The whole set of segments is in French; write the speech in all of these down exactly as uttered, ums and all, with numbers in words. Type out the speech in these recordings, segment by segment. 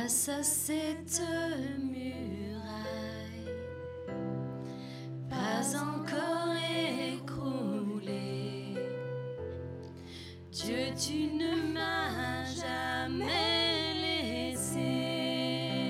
Face à cette muraille, pas encore écroulée, Dieu, tu ne m'as jamais laissé.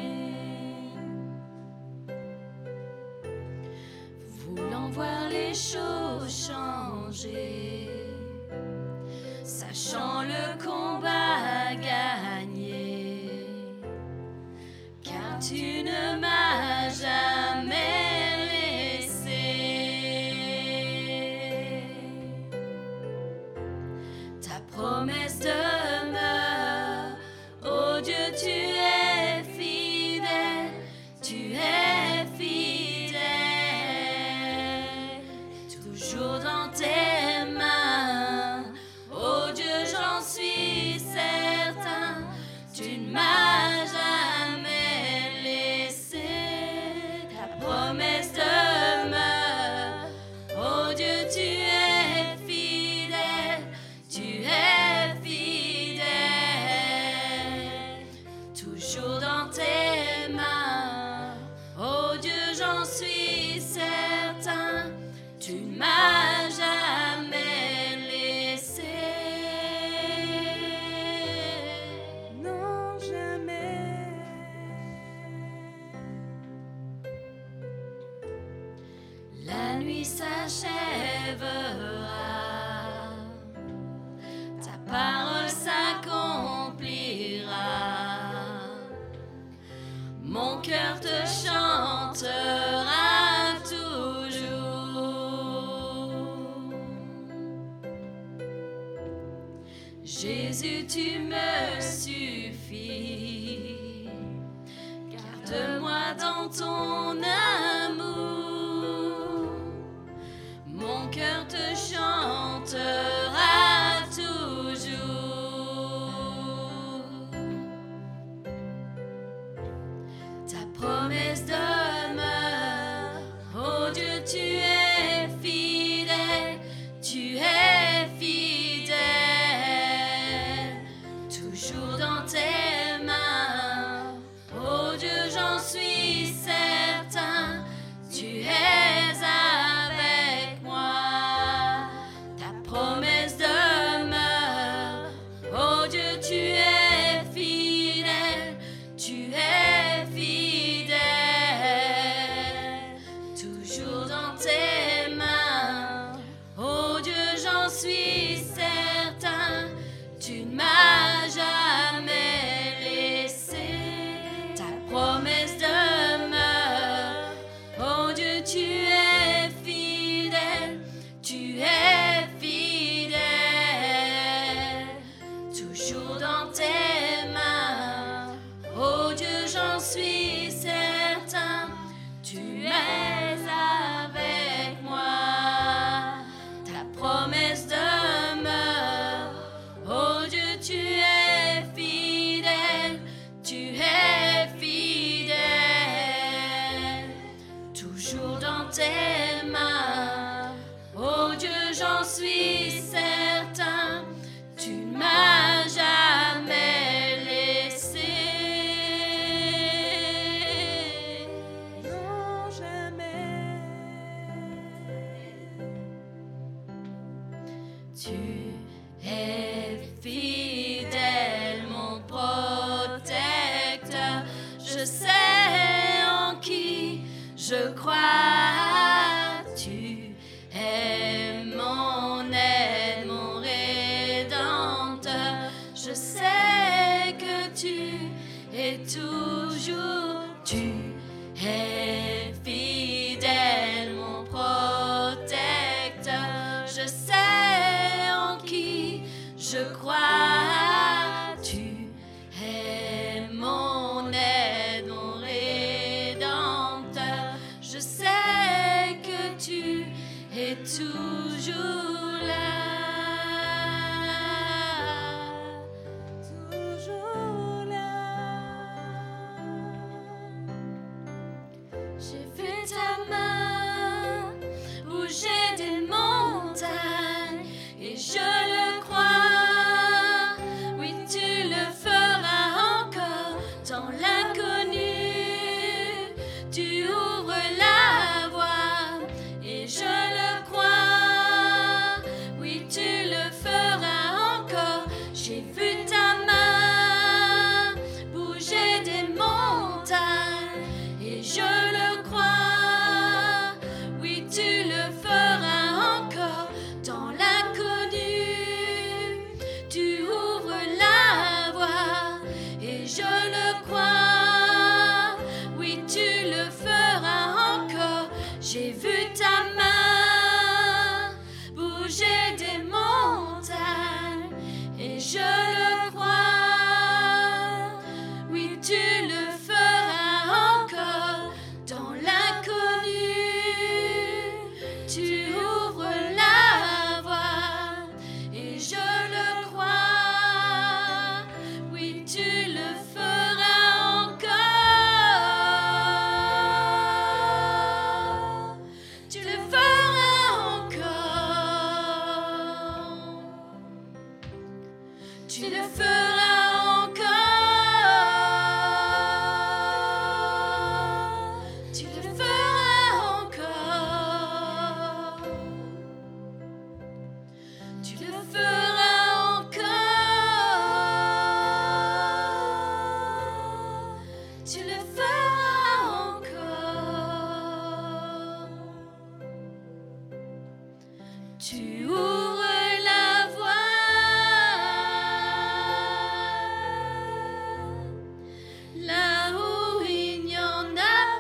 Voulant voir les choses changer, sachant le combat gagné, car tu ne m'as jamais laissé. Ta promesse demeure, oh Dieu, tu es fidèle, tu es fidèle, toujours dans tes mains, oh Dieu, j'en suis certain, tu ne m'as jamais laissé. Ta promesse demeure, oh Dieu, tu es fidèle, tu es fidèle, toujours dans tes mains, oh Dieu, j'en suis certain, tu ne m'as jamais laissé. Non, jamais. La nuit s'achèvera, ta parole s'accomplira, mon cœur te chantera toujours. Jésus, tu me suffis, garde-moi dans ton amour, mon cœur te chantera toujours. Ta promesse demeure, oh Dieu, tu es fidèle, tu es fidèle, toujours dans tes mains, oh Dieu, j'en suis certain, tu es avec moi. Ta promesse demeure, oh Dieu, tu es fidèle, tu es fidèle, toujours dans tes mains, oh Dieu, j'en suis certain, tu ne m'as jamais laissé. Ta promesse demeure, oh Dieu, tu es fidèle, tu es fidèle, toujours dans tes mains, oh Dieu, j'en suis certain, tu es avec moi. Ta promesse demeure, oh Dieu, tu es fidèle, tu es fidèle, toujours dans tes mains, oh Dieu, j'en suis certain, tu ne m'as jamais laissé. Non, jamais. Tu es fidèle, mon protecteur, je sais en qui je crois. Tu es mon aide, mon rédempteur, je sais que tu es toujours, tu es fidèle, mon protecteur, je sais en qui je crois. Tu es mon aide, mon rédempteur, je sais que tu es toujours là, toujours là. feras encore. Tu ouvres la voie là où il n'y en a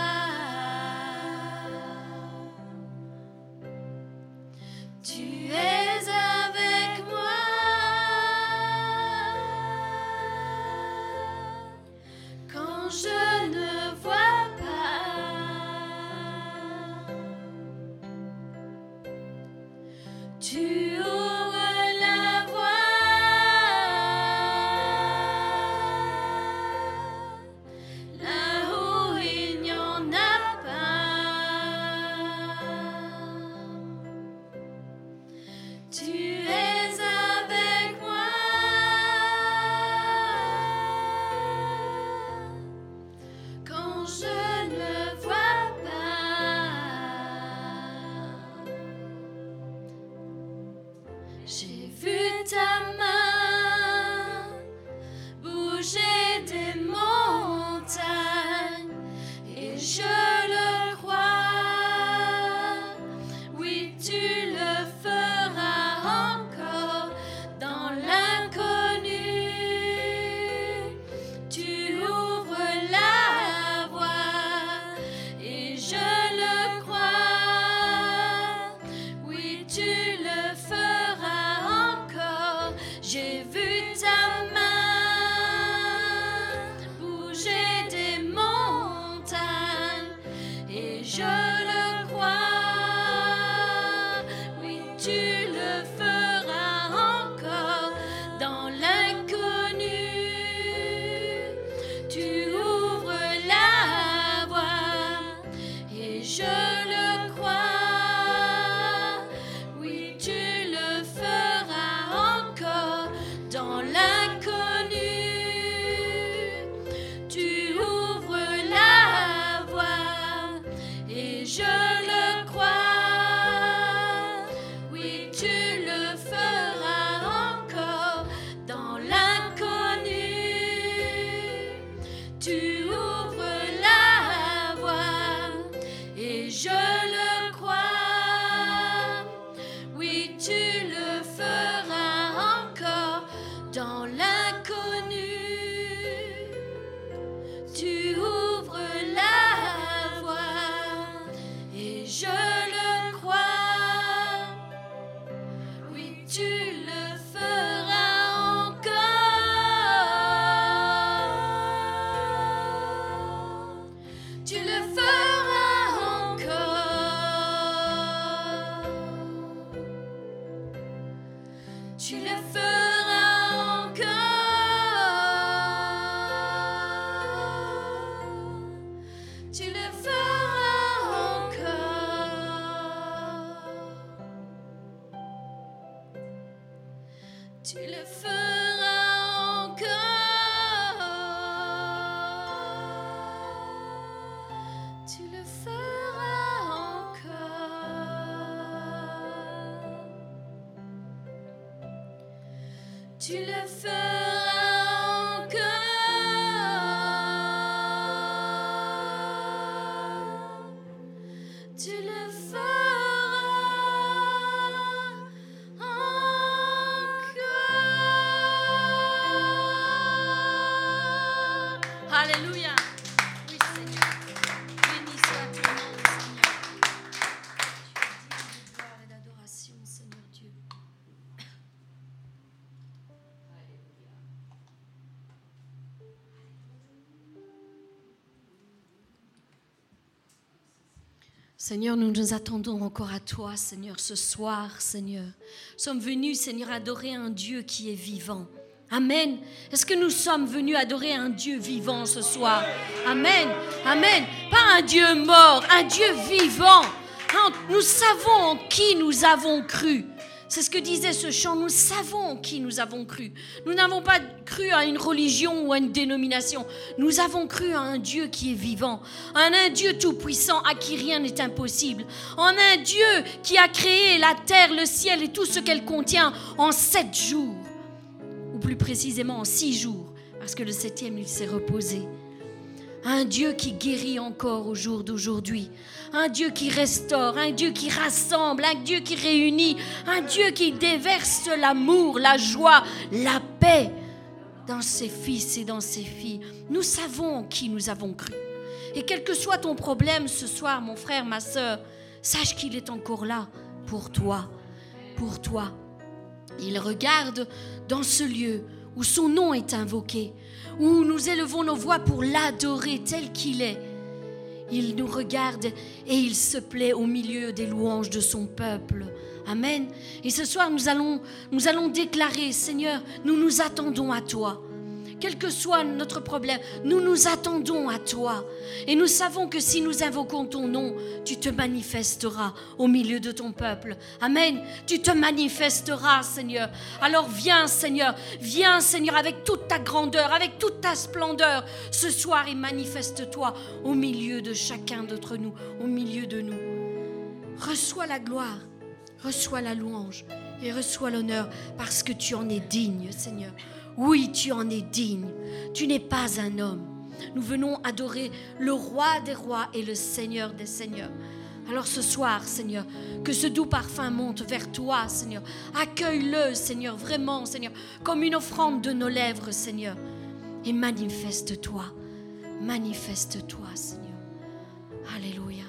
pas. Tu es avec moi quand je ne vois pas. Tu ouvres la voie là où il n'y en a pas. Tu es avec moi quand je ne vois pas. J'ai vu ta main bouger des montagnes et je le crois. Oui, tu le feras encore dans l'inconnu. Tu ouvres la voie et je le crois. Oui, tu le feras encore. J'ai vu ta main bouger des montagnes et je le crois. Oui, tu le feras encore dans l'inconnu. Tu ouvres la voie et je le crois. Oui, tu le feras encore dans l'inconnu. Tu ouvres la voie et je le crois. Oui, tu le feras encore dans l'inconnu. Tu ouvres la voie et je le crois. Oui, tu le feras encore dans l'inconnu. Tu ouvres la voie et je le crois. Oui, tu le feras encore. Tu le feras encore. Tu le feras encore. Tu le feras encore. Tu le feras encore. Tu le feras encore. Tu le feras encore. Tu le feras encore. Alléluia. Oui, Seigneur. Béni soit ton nom, Seigneur. Tu es digne de gloire et d'adoration, Seigneur Dieu. Seigneur, nous nous attendons encore à toi, Seigneur, ce soir, Seigneur. Nous sommes venus, Seigneur, adorer un Dieu qui est vivant. Amen. Est-ce que nous sommes venus adorer un Dieu vivant ce soir? Amen. Amen. Pas un Dieu mort, un Dieu vivant. Nous savons en qui nous avons cru. C'est ce que disait ce chant. Nous savons en qui nous avons cru. Nous n'avons pas cru à une religion ou à une dénomination. Nous avons cru à un Dieu qui est vivant. En un Dieu tout-puissant à qui rien n'est impossible. En un Dieu qui a créé la terre, le ciel et tout ce qu'elle contient en sept jours. Ou plus précisément en six jours. Parce que le septième, il s'est reposé. Un Dieu qui guérit encore au jour d'aujourd'hui. Un Dieu qui restaure, un Dieu qui rassemble, un Dieu qui réunit, un Dieu qui déverse l'amour, la joie, la paix dans ses fils et dans ses filles. Nous savons en qui nous avons cru. Et quel que soit ton problème ce soir, mon frère, ma sœur, sache qu'il est encore là pour toi, pour toi. Il regarde dans ce lieu où son nom est invoqué, où nous élevons nos voix pour l'adorer tel qu'il est. Il nous regarde et il se plaît au milieu des louanges de son peuple. Amen. Et ce soir, nous allons, nous allons déclarer, Seigneur, nous nous attendons à toi. Quel que soit notre problème, nous nous attendons à toi. Et nous savons que si nous invoquons ton nom, tu te manifesteras au milieu de ton peuple. Amen. Tu te manifesteras, Seigneur. Alors viens, Seigneur. Viens, Seigneur, avec toute ta grandeur, avec toute ta splendeur ce soir et manifeste-toi au milieu de chacun d'entre nous, au milieu de nous. Reçois la gloire, reçois la louange et reçois l'honneur parce que tu en es digne, Seigneur. Oui, tu en es digne. Tu n'es pas un homme. Nous venons adorer le roi des rois et le Seigneur des seigneurs. Alors ce soir, Seigneur, que ce doux parfum monte vers toi, Seigneur. Accueille-le, Seigneur, vraiment, Seigneur, comme une offrande de nos lèvres, Seigneur. Et manifeste-toi, manifeste-toi, Seigneur. Alléluia.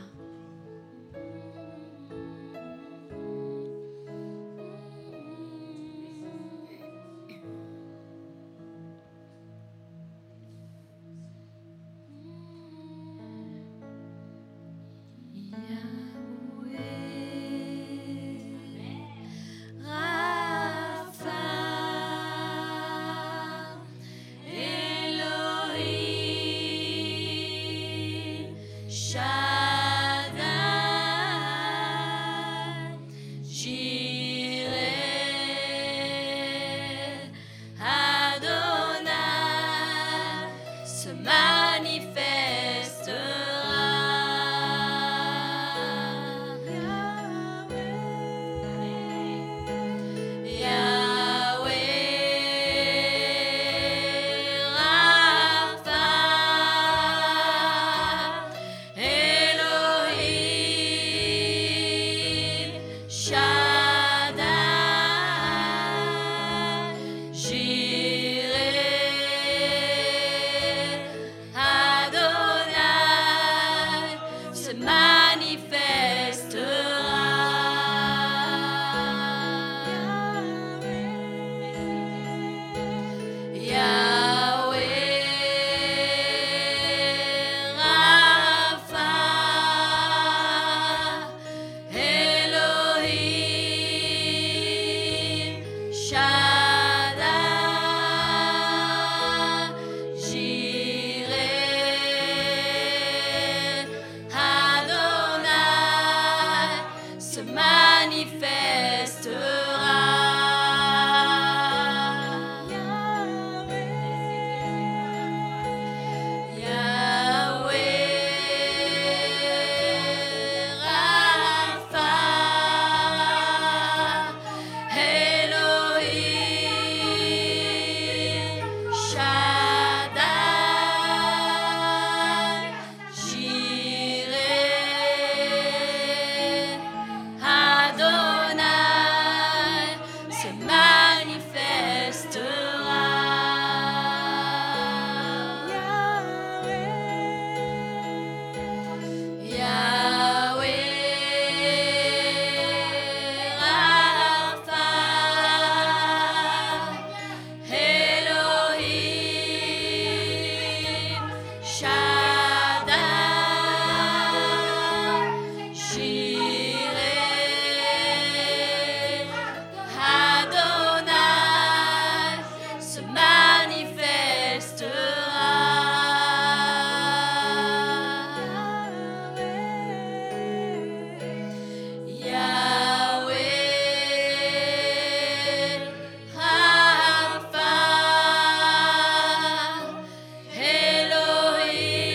Elohim.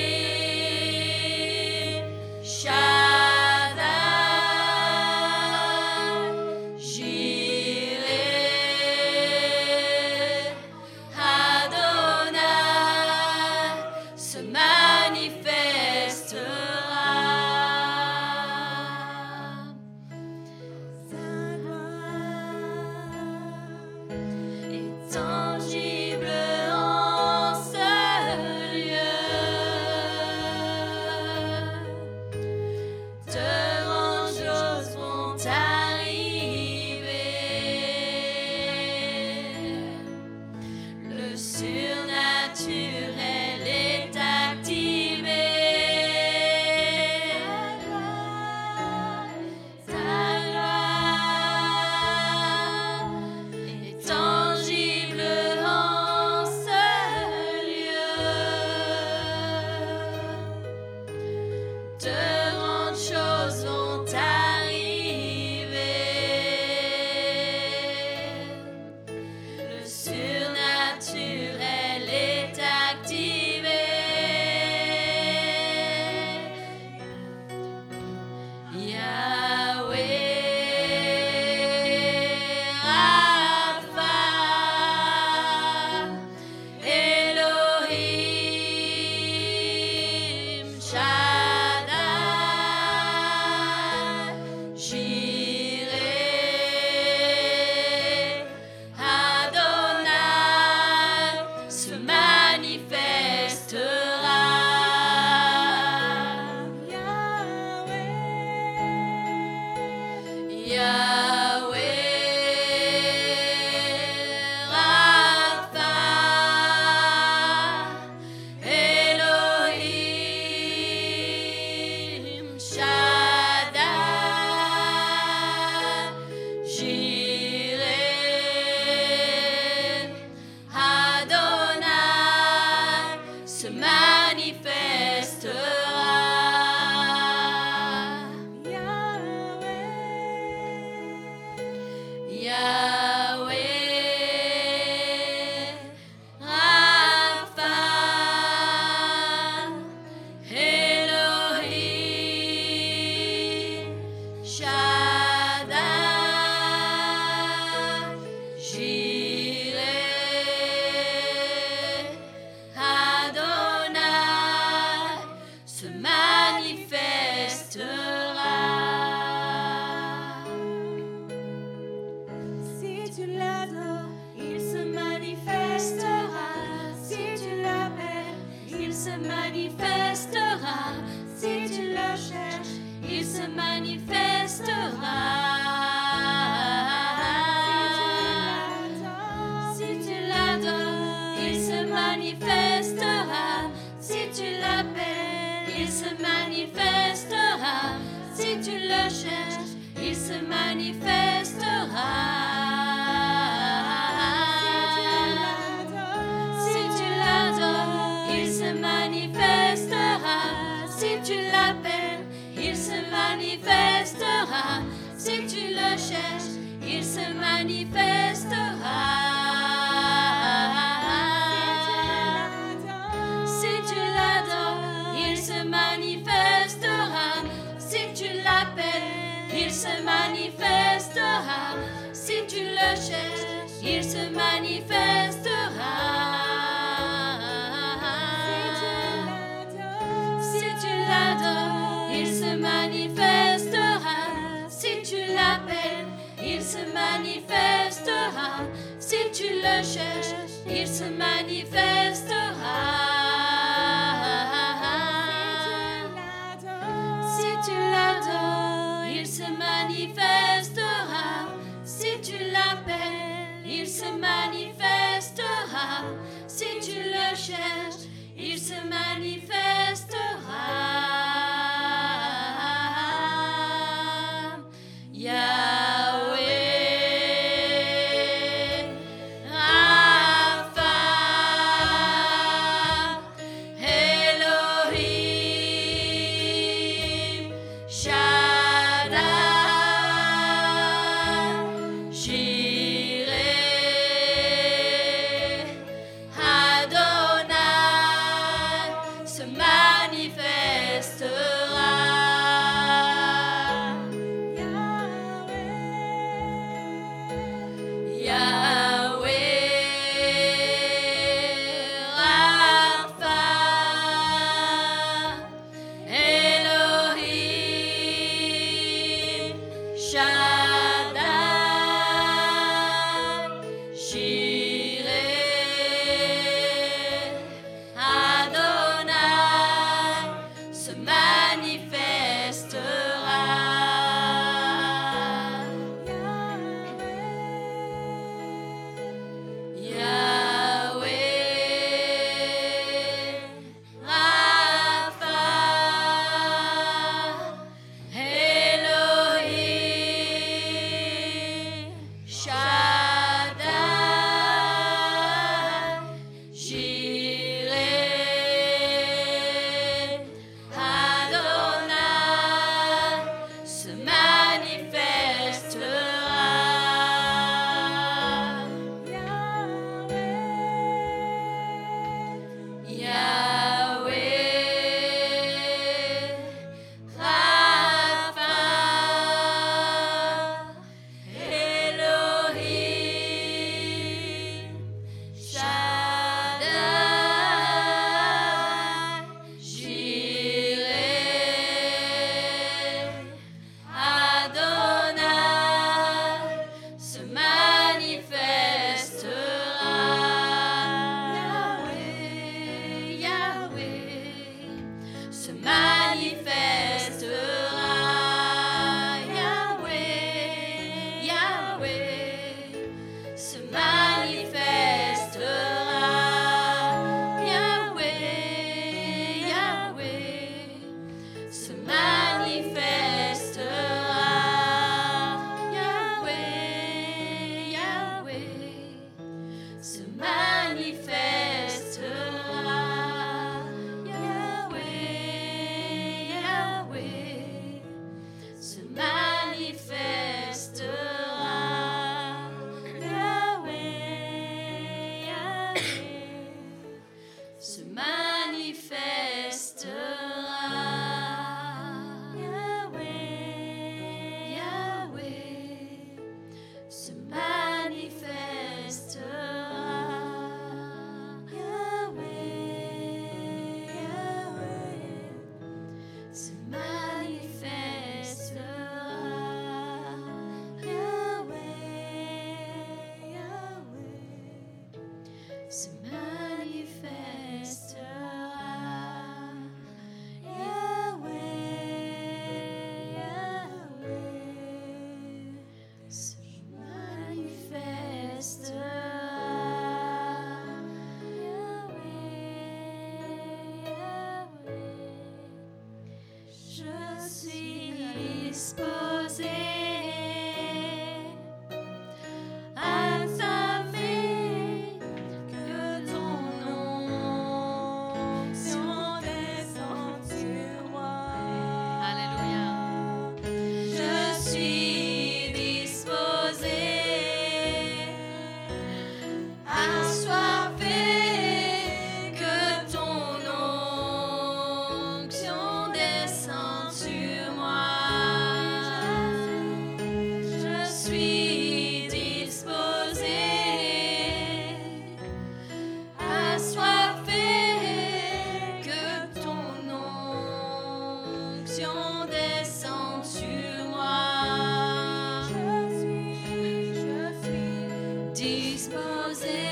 il se manifestera. Si tu le cherches, il se manifestera. Si tu l'adores, il se manifestera. Si tu l'appelles, il se manifestera. Si tu le cherches, il se manifestera. Si tu l'adores, il se manifestera. Si tu l'appelles, il se manifestera. Si tu le cherches, il se manifestera. Si tu l'adores, il se manifestera. Si tu l'appelles, il se manifestera. Si tu le cherches, il se manifestera. Si tu l'adores, il se manifestera. Si tu l'appelles, il se manifestera. Si tu le cherches, il se manifestera. Yahweh, Rapha, Elohim, Shaddai, Jireh, Adonai se manifestera. Yahweh, Rapha, Elohim, Shaddai, Jireh, Adonai se manifestera. Yahweh, Rapha, Elohim, Shaddai, Jireh, Adonai se manifestera. Yahweh, Rapha, Elohim, Shaddai, Jireh, Adonai se manifestera. Yahweh, Yahweh se manifestera. Yahweh, Yahweh se manifestera. Yahweh, Yahweh se manifestera. Yahweh, Yahweh se manifestera. Yahweh, Yahweh se manifestera. Yahweh, Yahweh se manifestera. Yahweh, Yahweh se manifestera. Yahweh, Yahweh se manifestera. Yahweh, Yahweh se manifestera. onction descende sur moi. Je suis, je suis disposé,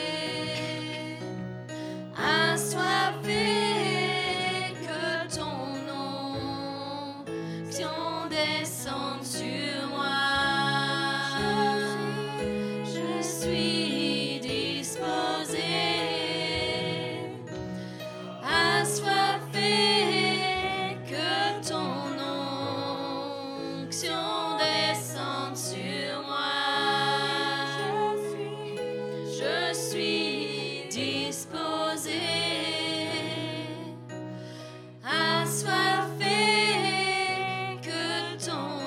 assoiffé, que ton onction descende sur moi. Je suis disposé, assoiffé, que ton onction descende sur moi. Je suis disposé, assoiffé, que ton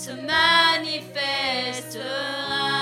se manifestera.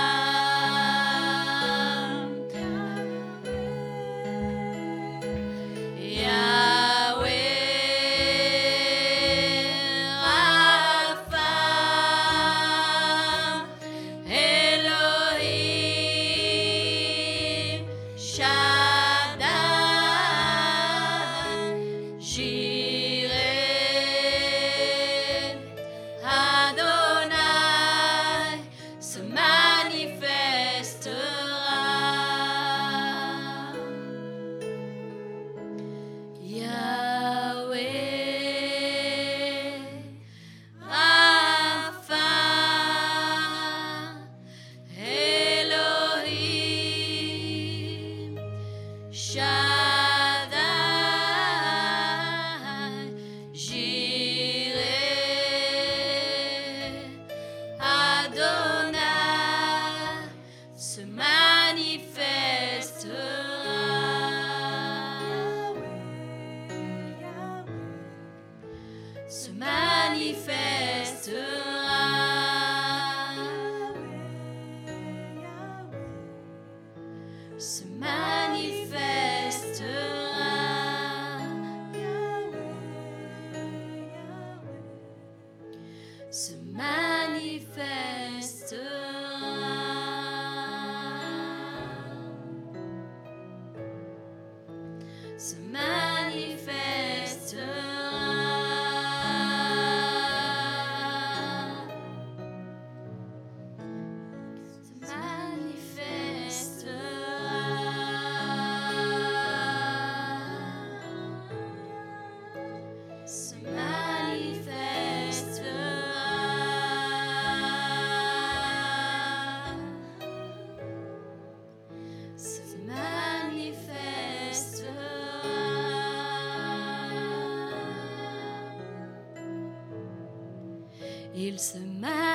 Il se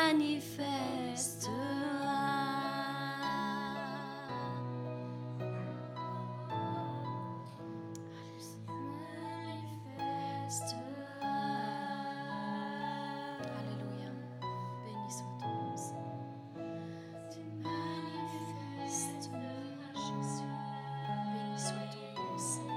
manifestera. Il se manifestera. Alléluia. Béni soit ton nom, Seigneur. Tu manifesteras, Jésus. Béni soit ton nom, Seigneur.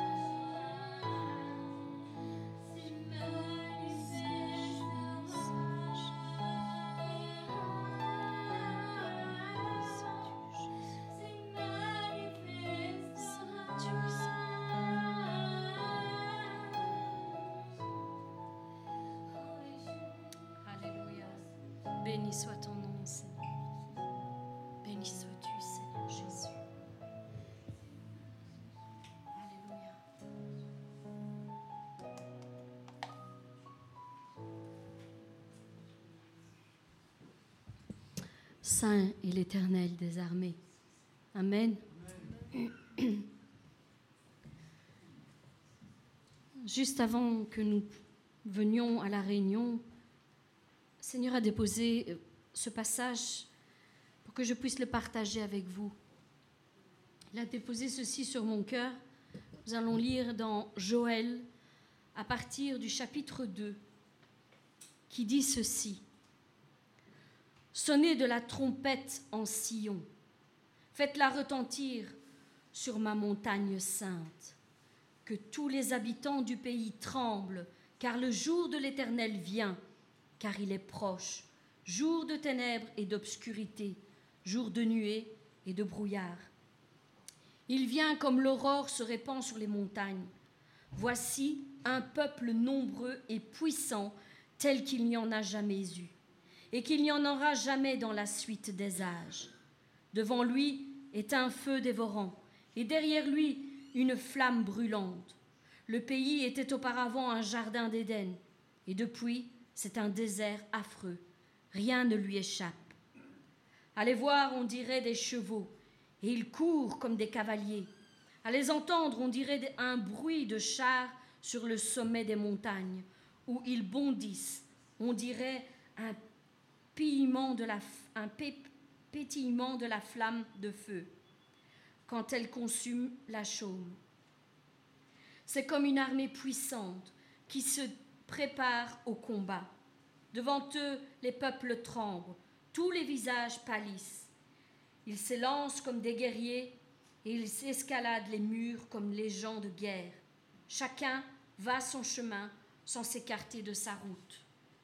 Béni soit ton nom, Seigneur. Béni sois-tu, Seigneur Jésus. Alléluia. Saint est l'Éternel des armées. Amen. Amen. Juste avant que nous venions à la réunion, le Seigneur a déposé ce passage pour que je puisse le partager avec vous. Il a déposé ceci sur mon cœur. Nous allons lire dans Joël, à partir du chapitre deux, qui dit ceci. « Sonnez de la trompette en Sion, faites-la retentir sur ma montagne sainte, que tous les habitants du pays tremblent, car le jour de l'Éternel vient, car il est proche, jour de ténèbres et d'obscurité, jour de nuée et de brouillard. Il vient comme l'aurore se répand sur les montagnes. Voici un peuple nombreux et puissant, tel qu'il n'y en a jamais eu, et qu'il n'y en aura jamais dans la suite des âges. Devant lui est un feu dévorant, et derrière lui une flamme brûlante. Le pays était auparavant un jardin d'Éden, et depuis, c'est un désert affreux. Rien ne lui échappe. À les voir, on dirait des chevaux, et ils courent comme des cavaliers. À les entendre, on dirait un bruit de chars sur le sommet des montagnes, où ils bondissent. On dirait un pétillement de la, un pétillement de la flamme de feu, quand elle consume la chaume. C'est comme une armée puissante qui se prépare au combat. Devant eux, les peuples tremblent, tous les visages pâlissent. Ils s'élancent comme des guerriers et ils escaladent les murs comme les gens de guerre. Chacun va son chemin sans s'écarter de sa route.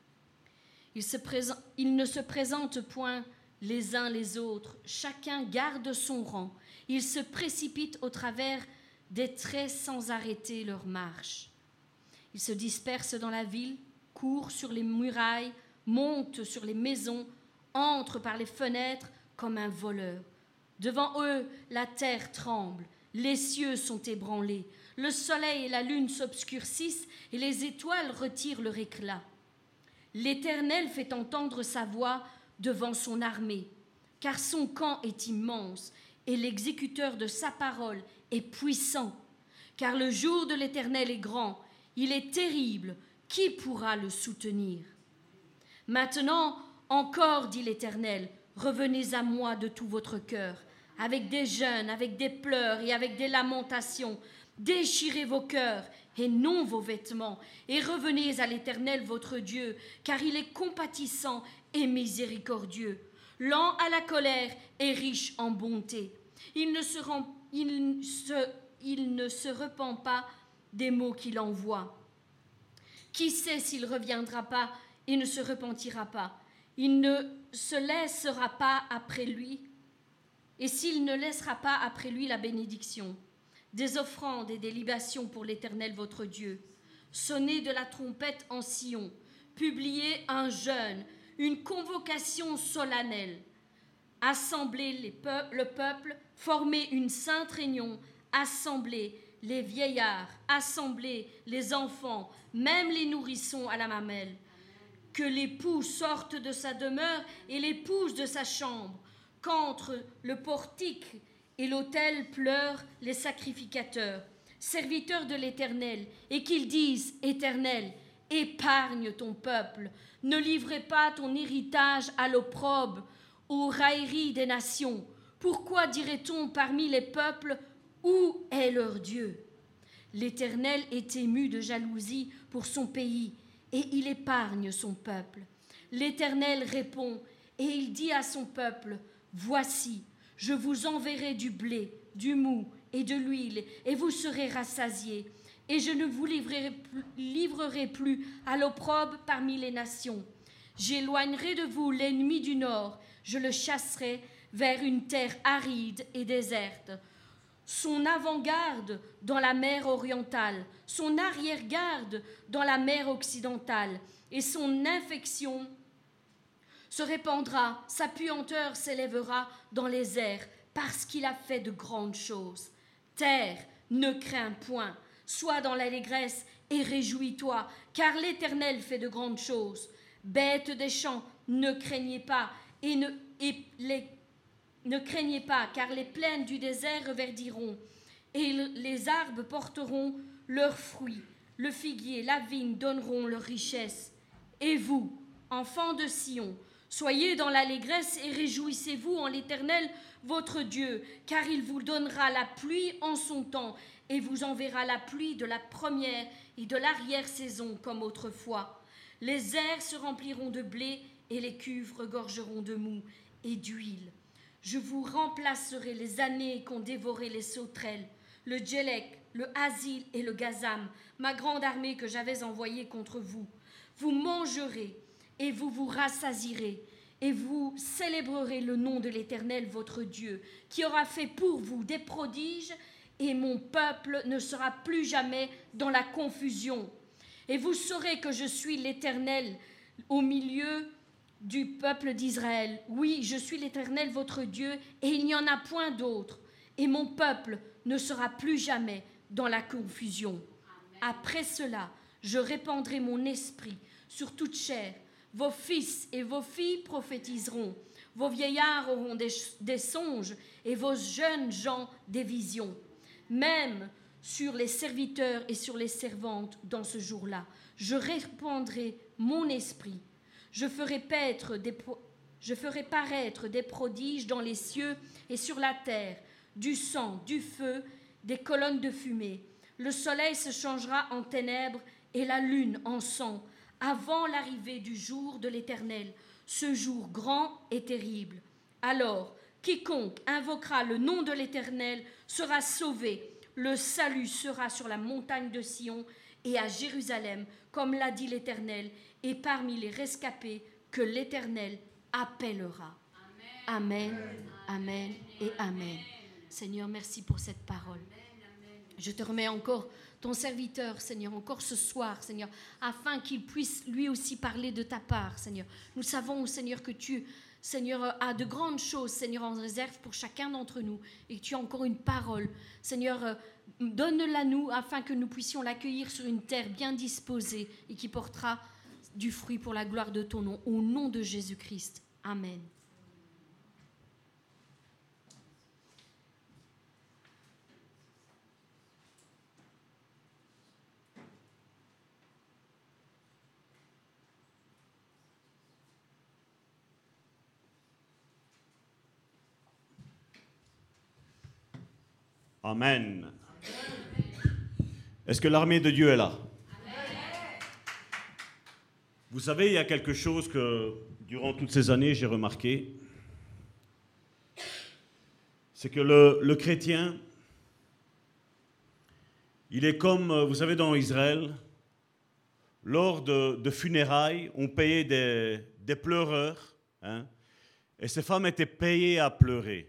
Ils, se présent, ils ne se présentent point les uns les autres, chacun garde son rang. Ils se précipitent au travers des traits sans arrêter leur marche. Ils se dispersent dans la ville, courent sur les murailles, montent sur les maisons, entrent par les fenêtres comme un voleur. Devant eux, la terre tremble, les cieux sont ébranlés, le soleil et la lune s'obscurcissent et les étoiles retirent leur éclat. L'Éternel fait entendre sa voix devant son armée, car son camp est immense et l'exécuteur de sa parole est puissant. Car le jour de l'Éternel est grand, il est terrible, qui pourra le soutenir? Maintenant, encore, dit l'Éternel, revenez à moi de tout votre cœur, avec des jeûnes, avec des pleurs et avec des lamentations. Déchirez vos cœurs et non vos vêtements, et revenez à l'Éternel votre Dieu, car il est compatissant et miséricordieux, lent à la colère et riche en bonté. Il ne se, rend, il se, il ne se repent pas des maux qu'il envoie. Qui sait s'il ne reviendra pas et ne se repentira pas? Il ne se laissera pas après lui, et s'il ne laissera pas après lui la bénédiction, des offrandes et des libations pour l'Éternel votre Dieu. Sonnez de la trompette en Sion, publiez un jeûne, une convocation solennelle. Assemblez les peu- le peuple, formez une sainte réunion, assemblez les vieillards, assemblez les enfants, même les nourrissons à la mamelle. Que l'époux sorte de sa demeure et l'épouse de sa chambre, qu'entre le portique et l'autel pleurent les sacrificateurs, serviteurs de l'Éternel, et qu'ils disent, Éternel, épargne ton peuple, ne livrez pas ton héritage à l'opprobre, aux railleries des nations. Pourquoi dirait-on parmi les peuples, où est leur Dieu? L'Éternel est ému de jalousie pour son pays, et il épargne son peuple. L'Éternel répond, et il dit à son peuple, voici, je vous enverrai du blé, du mou et de l'huile, et vous serez rassasiés. Et je ne vous livrerai plus, livrerai plus à l'opprobre parmi les nations. J'éloignerai de vous l'ennemi du nord, je le chasserai vers une terre aride et déserte. Son avant-garde dans la mer orientale, son arrière-garde dans la mer occidentale, et son infection se répandra, sa puanteur s'élèvera dans les airs, parce qu'il a fait de grandes choses. Terre, ne crains point, sois dans l'allégresse et réjouis-toi, car l'Éternel fait de grandes choses. Bêtes des champs, ne craignez pas, et ne, et les, ne craignez pas, car les plaines du désert reverdiront, et les arbres porteront leurs fruits. Le figuier, la vigne donneront leur richesse. Et vous, enfants de Sion, soyez dans l'allégresse et réjouissez-vous en l'Éternel, votre Dieu, car il vous donnera la pluie en son temps et vous enverra la pluie de la première et de l'arrière-saison comme autrefois. Les airs se rempliront de blé et les cuves regorgeront de mou et d'huile. Je vous remplacerai les années qu'ont dévoré les sauterelles, le djellec, le hasil et le gazam, ma grande armée que j'avais envoyée contre vous. Vous mangerez et vous vous rassasierez, et vous célébrerez le nom de l'Éternel votre Dieu, qui aura fait pour vous des prodiges, et mon peuple ne sera plus jamais dans la confusion. Et vous saurez que je suis l'Éternel au milieu du peuple d'Israël. Oui, je suis l'Éternel votre Dieu, et il n'y en a point d'autre. Et mon peuple ne sera plus jamais dans la confusion. Amen. Après cela, je répandrai mon esprit sur toute chair. Vos fils et vos filles prophétiseront. Vos vieillards auront des, des songes et vos jeunes gens des visions. Même sur les serviteurs et sur les servantes dans ce jour-là, je répandrai mon esprit. Je ferai paître des, je ferai paraître des prodiges dans les cieux et sur la terre, du sang, du feu, des colonnes de fumée. Le soleil se changera en ténèbres et la lune en sang, avant l'arrivée du jour de l'Éternel, ce jour grand et terrible. Alors, quiconque invoquera le nom de l'Éternel sera sauvé. Le salut sera sur la montagne de Sion et à Jérusalem, comme l'a dit l'Éternel, et parmi les rescapés que l'Éternel appellera. Amen, amen, amen et amen. Seigneur, merci pour cette parole. Je te remets encore ton serviteur, Seigneur, encore ce soir, Seigneur, afin qu'il puisse lui aussi parler de ta part, Seigneur. Nous savons, Seigneur, que tu, Seigneur, as de grandes choses, Seigneur, en réserve pour chacun d'entre nous et que tu as encore une parole. Seigneur, donne-la nous afin que nous puissions l'accueillir sur une terre bien disposée et qui portera du fruit pour la gloire de ton nom. Au nom de Jésus-Christ. Amen. Amen. Est-ce que l'armée de Dieu est là? Amen. Vous savez, il y a quelque chose que, durant toutes ces années, j'ai remarqué. C'est que le, le chrétien, il est comme, vous savez, dans Israël, lors de, de funérailles, on payait des, des pleureurs, hein, et ces femmes étaient payées à pleurer.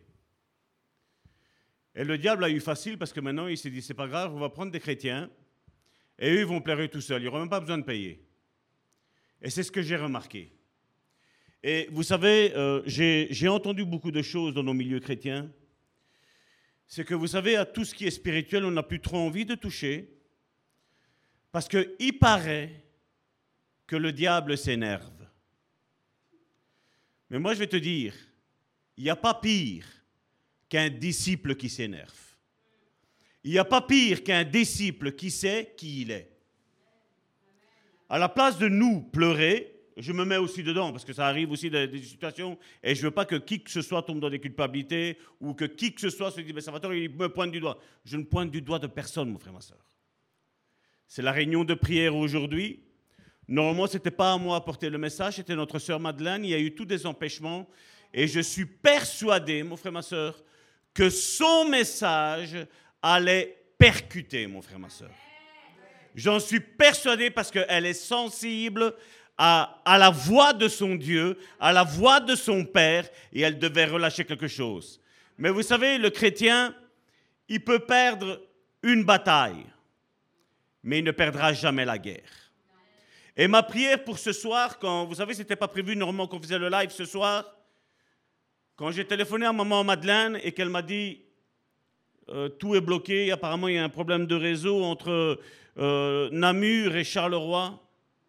Et le diable a eu facile parce que maintenant, il s'est dit, c'est pas grave, on va prendre des chrétiens et eux, ils vont pleurer tout seuls. Ils n'auront même pas besoin de payer. Et c'est ce que j'ai remarqué. Et vous savez, euh, j'ai, j'ai entendu beaucoup de choses dans nos milieux chrétiens. C'est que vous savez, à tout ce qui est spirituel, on n'a plus trop envie de toucher parce qu'il paraît que le diable s'énerve. Mais moi, je vais te dire, il n'y a pas pire qu'un disciple qui s'énerve. Il n'y a pas pire qu'un disciple qui sait qui il est. À la place de nous pleurer, je me mets aussi dedans, parce que ça arrive aussi dans des situations, et je ne veux pas que qui que ce soit tombe dans des culpabilités, ou que qui que ce soit se dise, mais Salvatore, il me pointe du doigt. Je ne pointe du doigt de personne, mon frère, ma soeur. C'est la réunion de prière aujourd'hui. Normalement, ce n'était pas à moi à porter le message, c'était notre sœur Madeleine. Il y a eu tous des empêchements, et je suis persuadé, mon frère, ma soeur, que son message allait percuter, mon frère, ma soeur. J'en suis persuadé parce qu'elle est sensible à, à la voix de son Dieu, à la voix de son Père, et elle devait relâcher quelque chose. Mais vous savez, le chrétien, il peut perdre une bataille, mais il ne perdra jamais la guerre. Et ma prière pour ce soir, quand, vous savez, ce n'était pas prévu normalement qu'on faisait le live ce soir, quand j'ai téléphoné à maman Madeleine et qu'elle m'a dit euh, tout est bloqué, apparemment il y a un problème de réseau entre euh, Namur et Charleroi,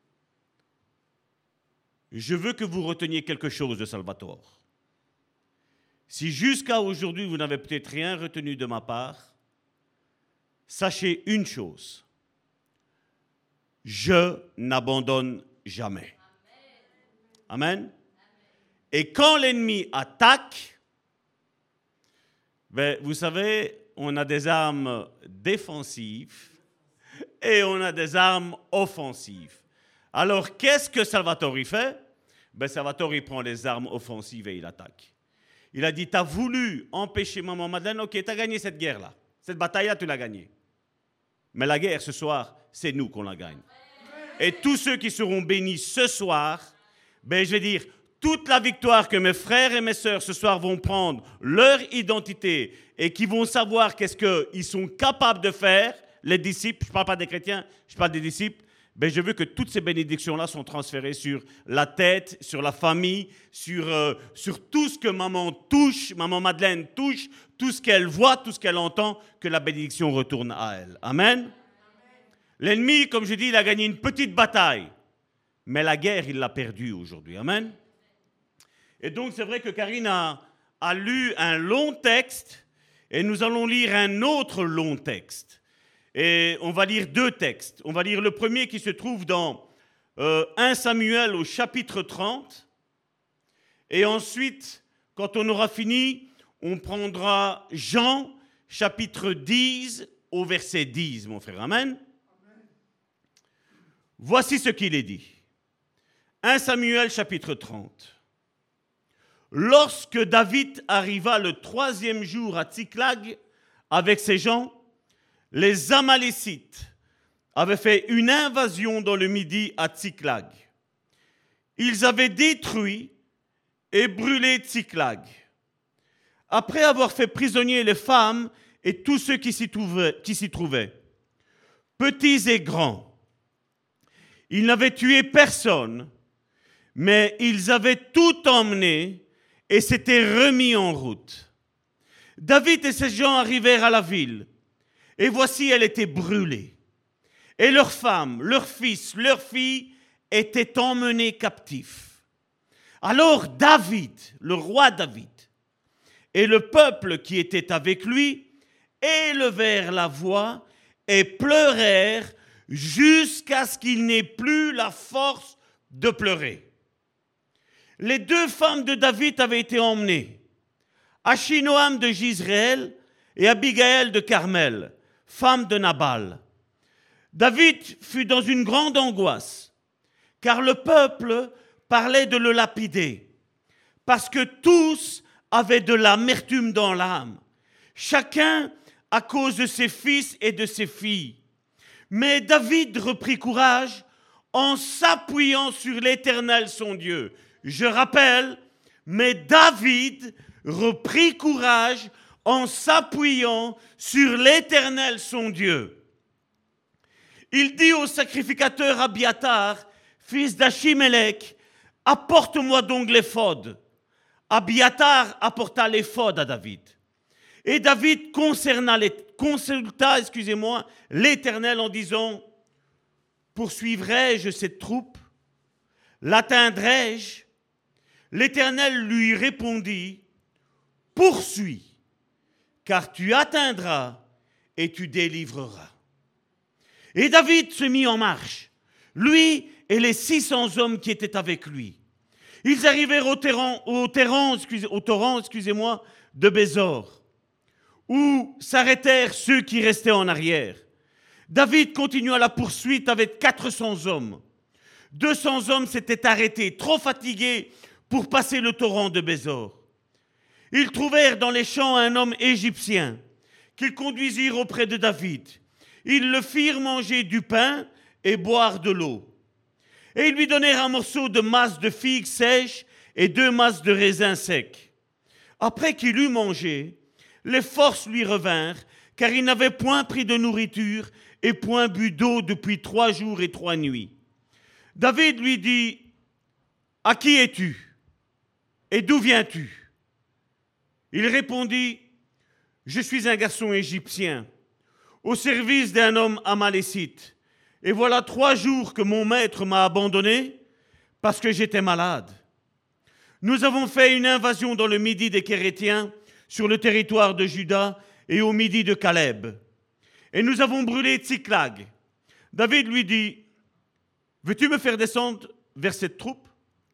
je veux que vous reteniez quelque chose de Salvatore. Si jusqu'à aujourd'hui vous n'avez peut-être rien retenu de ma part, sachez une chose, je n'abandonne jamais. Amen. Et quand l'ennemi attaque, ben, vous savez, on a des armes défensives et on a des armes offensives. Alors, qu'est-ce que Salvatore fait? Ben, Salvatore il prend les armes offensives et il attaque. Il a dit, tu as voulu empêcher maman Madeleine, ok, tu as gagné cette guerre-là. Cette bataille-là, tu l'as gagnée. Mais la guerre, ce soir, c'est nous qu'on la gagne. Et tous ceux qui seront bénis ce soir, ben, je vais dire, toute la victoire que mes frères et mes sœurs ce soir vont prendre, leur identité, et qui vont savoir qu'est-ce qu'ils sont capables de faire, les disciples, je ne parle pas des chrétiens, je parle des disciples, ben je veux que toutes ces bénédictions-là sont transférées sur la tête, sur la famille, sur, euh, sur tout ce que maman touche, maman Madeleine touche, tout ce qu'elle voit, tout ce qu'elle entend, que la bénédiction retourne à elle. Amen. Amen. L'ennemi, comme je dis, il a gagné une petite bataille, mais la guerre, il l'a perdue aujourd'hui. Amen. Et donc, c'est vrai que Karine a, a lu un long texte et nous allons lire un autre long texte. Et on va lire deux textes. On va lire le premier qui se trouve dans euh, premier Samuel au chapitre trente. Et ensuite, quand on aura fini, on prendra Jean chapitre dix au verset dix, mon frère. Amen. Amen. Voici ce qu'il est dit. premier Samuel chapitre trente. Lorsque David arriva le troisième jour à Tsiklag avec ses gens, les Amalécites avaient fait une invasion dans le Midi à Tsiklag. Ils avaient détruit et brûlé Tsiklag. Après avoir fait prisonnier les femmes et tous ceux qui s'y trouvaient, qui s'y trouvaient, petits et grands, ils n'avaient tué personne, mais ils avaient tout emmené et s'étaient remis en route. David et ses gens arrivèrent à la ville, et voici, elle était brûlée. Et leurs femmes, leurs fils, leurs filles étaient emmenés captifs. Alors David, le roi David, et le peuple qui était avec lui élevèrent la voix et pleurèrent jusqu'à ce qu'il n'ait plus la force de pleurer. Les deux femmes de David avaient été emmenées, Achinoam de Jizréel et Abigaël de Carmel, femme de Nabal. David fut dans une grande angoisse, car le peuple parlait de le lapider, parce que tous avaient de l'amertume dans l'âme, chacun à cause de ses fils et de ses filles. Mais David reprit courage en s'appuyant sur l'Éternel son Dieu. Je rappelle, mais David reprit courage en s'appuyant sur l'Éternel son Dieu. Il dit au sacrificateur Abiatar, fils d'Achimélec, « Apporte-moi donc l'éphod. » Abiatar apporta l'éphod à David. Et David concerna les, consulta excusez-moi, l'Éternel en disant, « Poursuivrai-je cette troupe? L'atteindrai-je » L'Éternel lui répondit, « Poursuis, car tu atteindras et tu délivreras. » Et David se mit en marche, lui et les six cents hommes qui étaient avec lui. Ils arrivèrent au torrent, au torrent, excusez, au torrent excusez-moi, de Bésor, où s'arrêtèrent ceux qui restaient en arrière. David continua la poursuite avec quatre cents hommes. deux cents hommes s'étaient arrêtés, trop fatigués pour passer le torrent de Bésor. Ils trouvèrent dans les champs un homme égyptien qu'ils conduisirent auprès de David. Ils le firent manger du pain et boire de l'eau. Et ils lui donnèrent un morceau de masse de figues sèches et deux masses de raisins secs. Après qu'il eut mangé, les forces lui revinrent, car il n'avait point pris de nourriture et point bu d'eau depuis trois jours et trois nuits. David lui dit, « À qui es-tu? Et d'où viens-tu? » Il répondit, « Je suis un garçon égyptien, au service d'un homme amalécite. Et voilà trois jours que mon maître m'a abandonné parce que j'étais malade. Nous avons fait une invasion dans le Midi des Kérétiens, sur le territoire de Juda et au Midi de Caleb. Et nous avons brûlé Tsiklag. » David lui dit, « Veux-tu me faire descendre vers cette troupe? »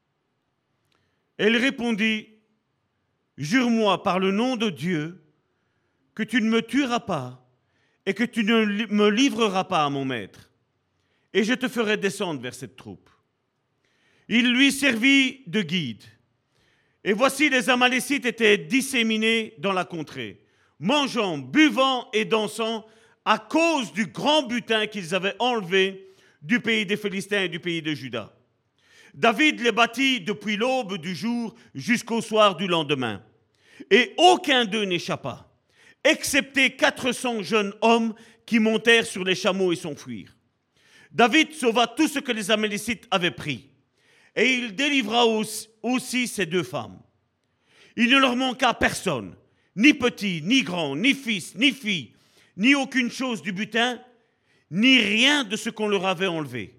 Et il répondit, « Jure-moi par le nom de Dieu que tu ne me tueras pas et que tu ne me livreras pas à mon maître. Et je te ferai descendre vers cette troupe. » Il lui servit de guide. Et voici les Amalécites étaient disséminés dans la contrée, mangeant, buvant et dansant à cause du grand butin qu'ils avaient enlevé du pays des Philistins et du pays de Juda. David les battit depuis l'aube du jour jusqu'au soir du lendemain. Et aucun d'eux n'échappa, excepté quatre cents jeunes hommes qui montèrent sur les chameaux et s'enfuirent. David sauva tout ce que les Amalécites avaient pris, et il délivra aussi ces deux femmes. Il ne leur manqua personne, ni petit, ni grand, ni fils, ni fille, ni aucune chose du butin, ni rien de ce qu'on leur avait enlevé.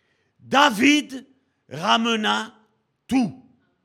David ramena tout.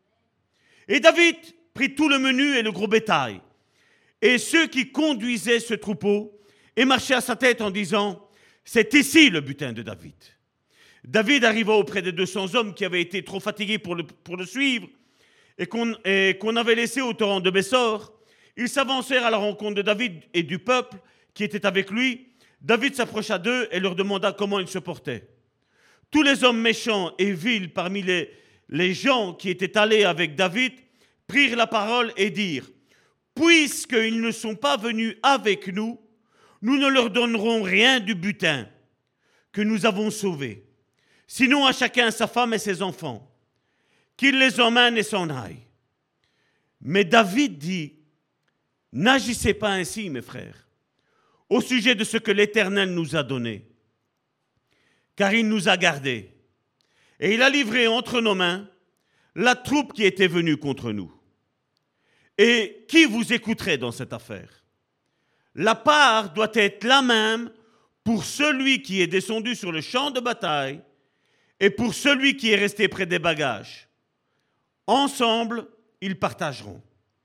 Et David prit tout le menu et le gros bétail, et ceux qui conduisaient ce troupeau, et marchait à sa tête en disant, « C'est ici le butin de David. » David arriva auprès des deux cents hommes qui avaient été trop fatigués pour le, pour le suivre et qu'on, et qu'on avait laissés au torrent de Bésor. Ils s'avancèrent à la rencontre de David et du peuple qui était avec lui. David s'approcha d'eux et leur demanda comment ils se portaient. tous les hommes méchants et vils parmi les, les gens qui étaient allés avec David prirent la parole et dirent, « Puisqu'ils ne sont pas venus avec nous, nous ne leur donnerons rien du butin que nous avons sauvé. Sinon à chacun sa femme et ses enfants, qu'il les emmène et s'en aille. » Mais David dit, « N'agissez pas ainsi, mes frères, au sujet de ce que l'Éternel nous a donné, car il nous a gardés, et il a livré entre nos mains la troupe qui était venue contre nous. Et qui vous écouterait dans cette affaire? La part doit être la même pour celui qui est descendu sur le champ de bataille et pour celui qui est resté près des bagages. Ensemble, ils partageront.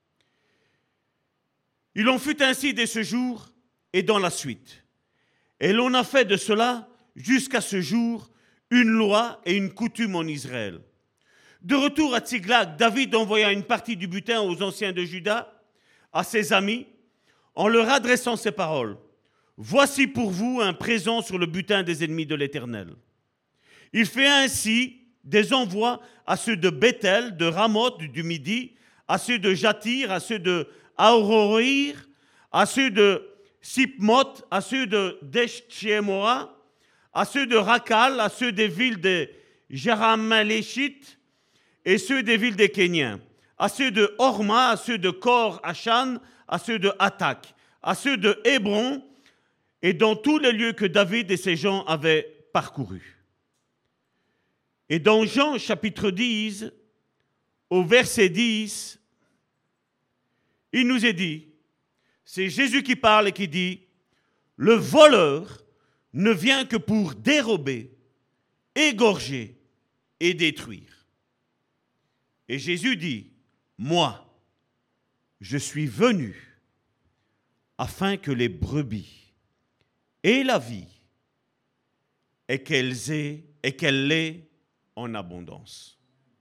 Il en fut ainsi dès ce jour et dans la suite. Et l'on a fait de cela, jusqu'à ce jour, une loi et une coutume en Israël. De retour à Tsiglag, David envoya une partie du butin aux anciens de Juda, à ses amis, en leur adressant ces paroles. « Voici pour vous un présent sur le butin des ennemis de l'Éternel. » Il fait ainsi des envois à ceux de Bethel, de Ramoth, du Midi, à ceux de Jatir, à ceux de Arorir, à ceux de Sipmoth, à ceux de Desh-Tchémora, à ceux de Rakal, à ceux des villes de Jéraméléchites et ceux des villes des Kéniens, à ceux de Horma, à ceux de Kor, Achan, à ceux de Atak, à ceux de Hébron, et dans tous les lieux que David et ses gens avaient parcourus. Et dans Jean chapitre dix, au verset dix, il nous est dit, c'est Jésus qui parle et qui dit, « Le voleur ne vient que pour dérober, égorger et détruire. » Et Jésus dit, « Moi, je suis venu afin que les brebis aient la vie et qu'elles aient et qu'elles l'aient en abondance. »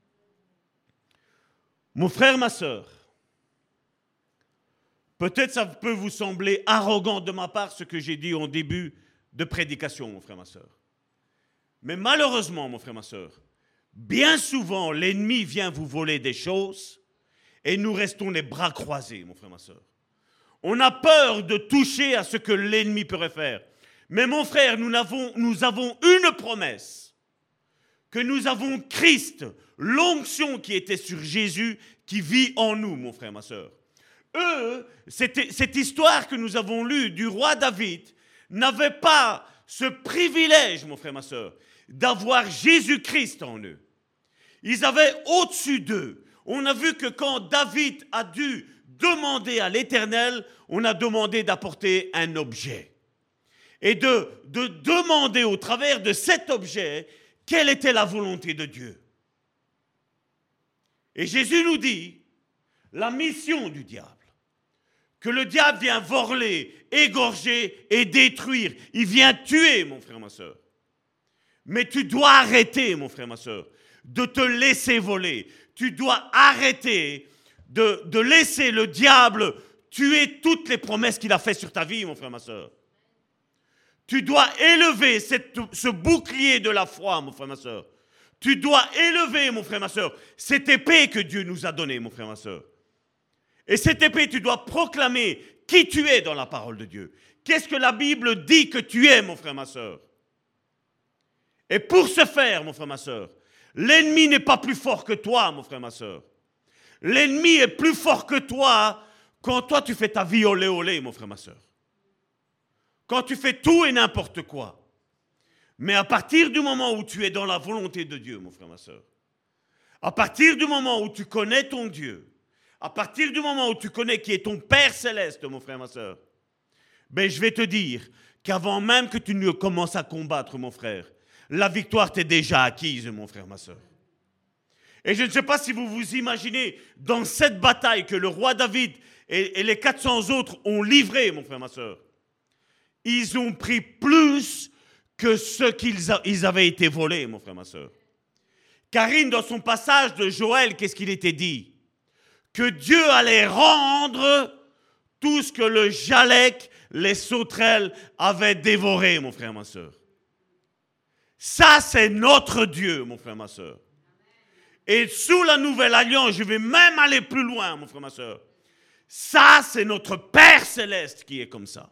Mon frère, ma sœur, peut-être ça peut vous sembler arrogant de ma part ce que j'ai dit en début de prédication, mon frère, ma sœur. Mais malheureusement, mon frère, ma sœur, bien souvent, l'ennemi vient vous voler des choses et nous restons les bras croisés, mon frère, ma sœur. On a peur de toucher à ce que l'ennemi pourrait faire. Mais mon frère, nous avons, nous avons une promesse, que nous avons Christ, l'onction qui était sur Jésus, qui vit en nous, mon frère, ma sœur. Eux, cette, cette histoire que nous avons lue du roi David, n'avaient pas ce privilège, mon frère, ma sœur, d'avoir Jésus-Christ en eux. Ils avaient au-dessus d'eux. On a vu que quand David a dû demander à l'Éternel, on a demandé d'apporter un objet. Et de, de demander au travers de cet objet, quelle était la volonté de Dieu. Et Jésus nous dit, la mission du diable, que le diable vient voler, égorger et détruire. Il vient tuer, mon frère, ma soeur. Mais tu dois arrêter, mon frère, ma soeur, de te laisser voler. Tu dois arrêter de, de laisser le diable tuer toutes les promesses qu'il a faites sur ta vie, mon frère, ma soeur. Tu dois élever cette, ce bouclier de la foi, mon frère, ma soeur. Tu dois élever, mon frère, ma soeur, cette épée que Dieu nous a donnée, mon frère, ma soeur. Et cette épée, tu dois proclamer qui tu es dans la parole de Dieu. Qu'est-ce que la Bible dit que tu es, mon frère, ma soeur? Et pour ce faire, mon frère, ma soeur, l'ennemi n'est pas plus fort que toi, mon frère, ma soeur. L'ennemi est plus fort que toi quand toi, tu fais ta vie olé olé, mon frère, ma soeur. Quand tu fais tout et n'importe quoi. Mais à partir du moment où tu es dans la volonté de Dieu, mon frère, ma soeur, à partir du moment où tu connais ton Dieu, à partir du moment où tu connais qui est ton Père Céleste, mon frère, ma soeur, ben je vais te dire qu'avant même que tu ne commences à combattre, mon frère, la victoire t'est déjà acquise, mon frère, ma soeur. Et je ne sais pas si vous vous imaginez dans cette bataille que le roi David et, et les quatre cents autres ont livré, mon frère, ma soeur. Ils ont pris plus que ce qu'ils a, ils avaient été volés, mon frère, ma soeur. Karine, dans son passage de Joël, qu'est-ce qu'il était dit? Que Dieu allait rendre tout ce que le Jalek, les sauterelles avaient dévoré, mon frère, ma soeur. Ça, c'est notre Dieu, mon frère, ma soeur. Et sous la nouvelle alliance, je vais même aller plus loin, mon frère, ma soeur. Ça, c'est notre Père céleste qui est comme ça.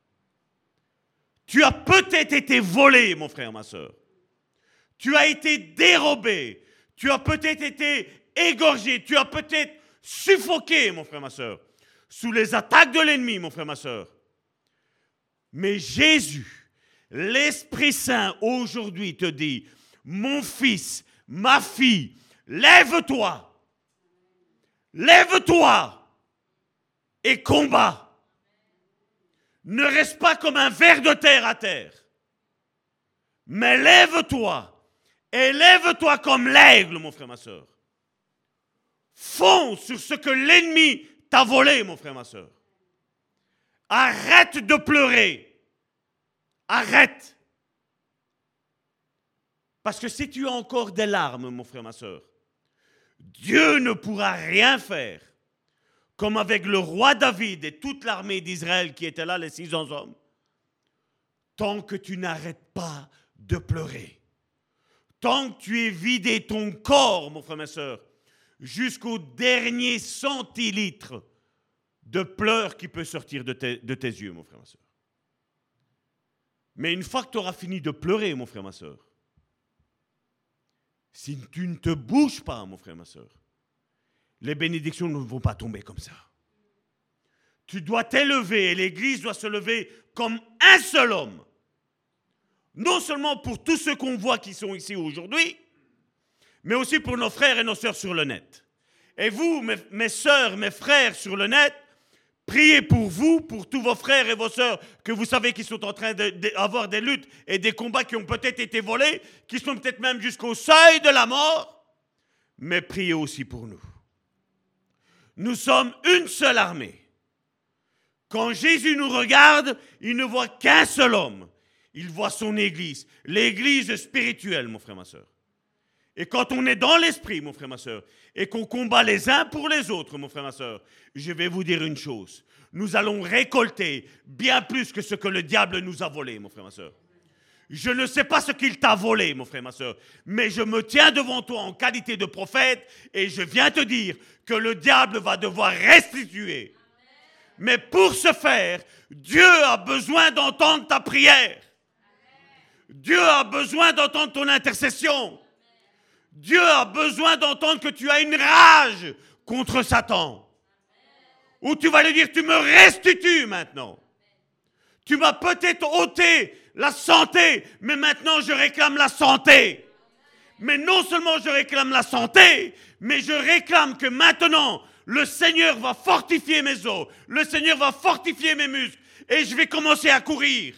Tu as peut-être été volé, mon frère, ma soeur. Tu as été dérobé. Tu as peut-être été égorgé. Tu as peut-être suffoqué, mon frère, ma soeur, sous les attaques de l'ennemi, mon frère, ma soeur. Mais Jésus, l'Esprit Saint, aujourd'hui te dit, mon fils, ma fille, lève-toi. Lève-toi et combat. Ne reste pas comme un ver de terre à terre. Mais lève-toi et lève-toi comme l'aigle, mon frère, ma soeur. Fonce sur ce que l'ennemi t'a volé, mon frère, ma soeur. Arrête de pleurer. Arrête. Parce que si tu as encore des larmes, mon frère, ma soeur, Dieu ne pourra rien faire. Comme avec le roi David et toute l'armée d'Israël qui était là, les six cents hommes. Tant que tu n'arrêtes pas de pleurer. Tant que tu es vidé ton corps, mon frère, ma soeur, jusqu'au dernier centilitre de pleurs qui peut sortir de tes, de tes yeux, mon frère, ma soeur. Mais une fois que tu auras fini de pleurer, mon frère, ma soeur, si tu ne te bouges pas, mon frère, ma soeur, les bénédictions ne vont pas tomber comme ça. Tu dois t'élever et l'Église doit se lever comme un seul homme. Non seulement pour tous ceux qu'on voit qui sont ici aujourd'hui, mais aussi pour nos frères et nos sœurs sur le net. Et vous, mes, mes sœurs, mes frères sur le net, priez pour vous, pour tous vos frères et vos sœurs que vous savez qui sont en train d'avoir de, des luttes et des combats qui ont peut-être été volés, qui sont peut-être même jusqu'au seuil de la mort, mais priez aussi pour nous. Nous sommes une seule armée. Quand Jésus nous regarde, il ne voit qu'un seul homme. Il voit son Église, l'Église spirituelle, mon frère, ma soeur. Et quand on est dans l'esprit, mon frère, ma soeur, et qu'on combat les uns pour les autres, mon frère, ma soeur, je vais vous dire une chose. Nous allons récolter bien plus que ce que le diable nous a volé, mon frère, ma soeur. Je ne sais pas ce qu'il t'a volé, mon frère, ma soeur, mais je me tiens devant toi en qualité de prophète et je viens te dire que le diable va devoir restituer. Mais pour ce faire, Dieu a besoin d'entendre ta prière. Dieu a besoin d'entendre ton intercession. Dieu a besoin d'entendre que tu as une rage contre Satan. Où tu vas lui dire, tu me restitues maintenant. Tu m'as peut-être ôté la santé, mais maintenant je réclame la santé. Mais non seulement je réclame la santé, mais je réclame que maintenant, le Seigneur va fortifier mes os, le Seigneur va fortifier mes muscles, et je vais commencer à courir.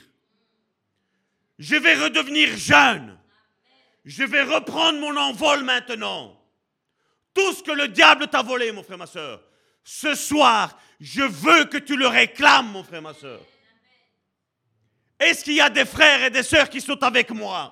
Je vais redevenir jeune. Je vais reprendre mon envol maintenant. Tout ce que le diable t'a volé, mon frère, ma soeur, ce soir, je veux que tu le réclames, mon frère, ma soeur. Est-ce qu'il y a des frères et des sœurs qui sont avec moi?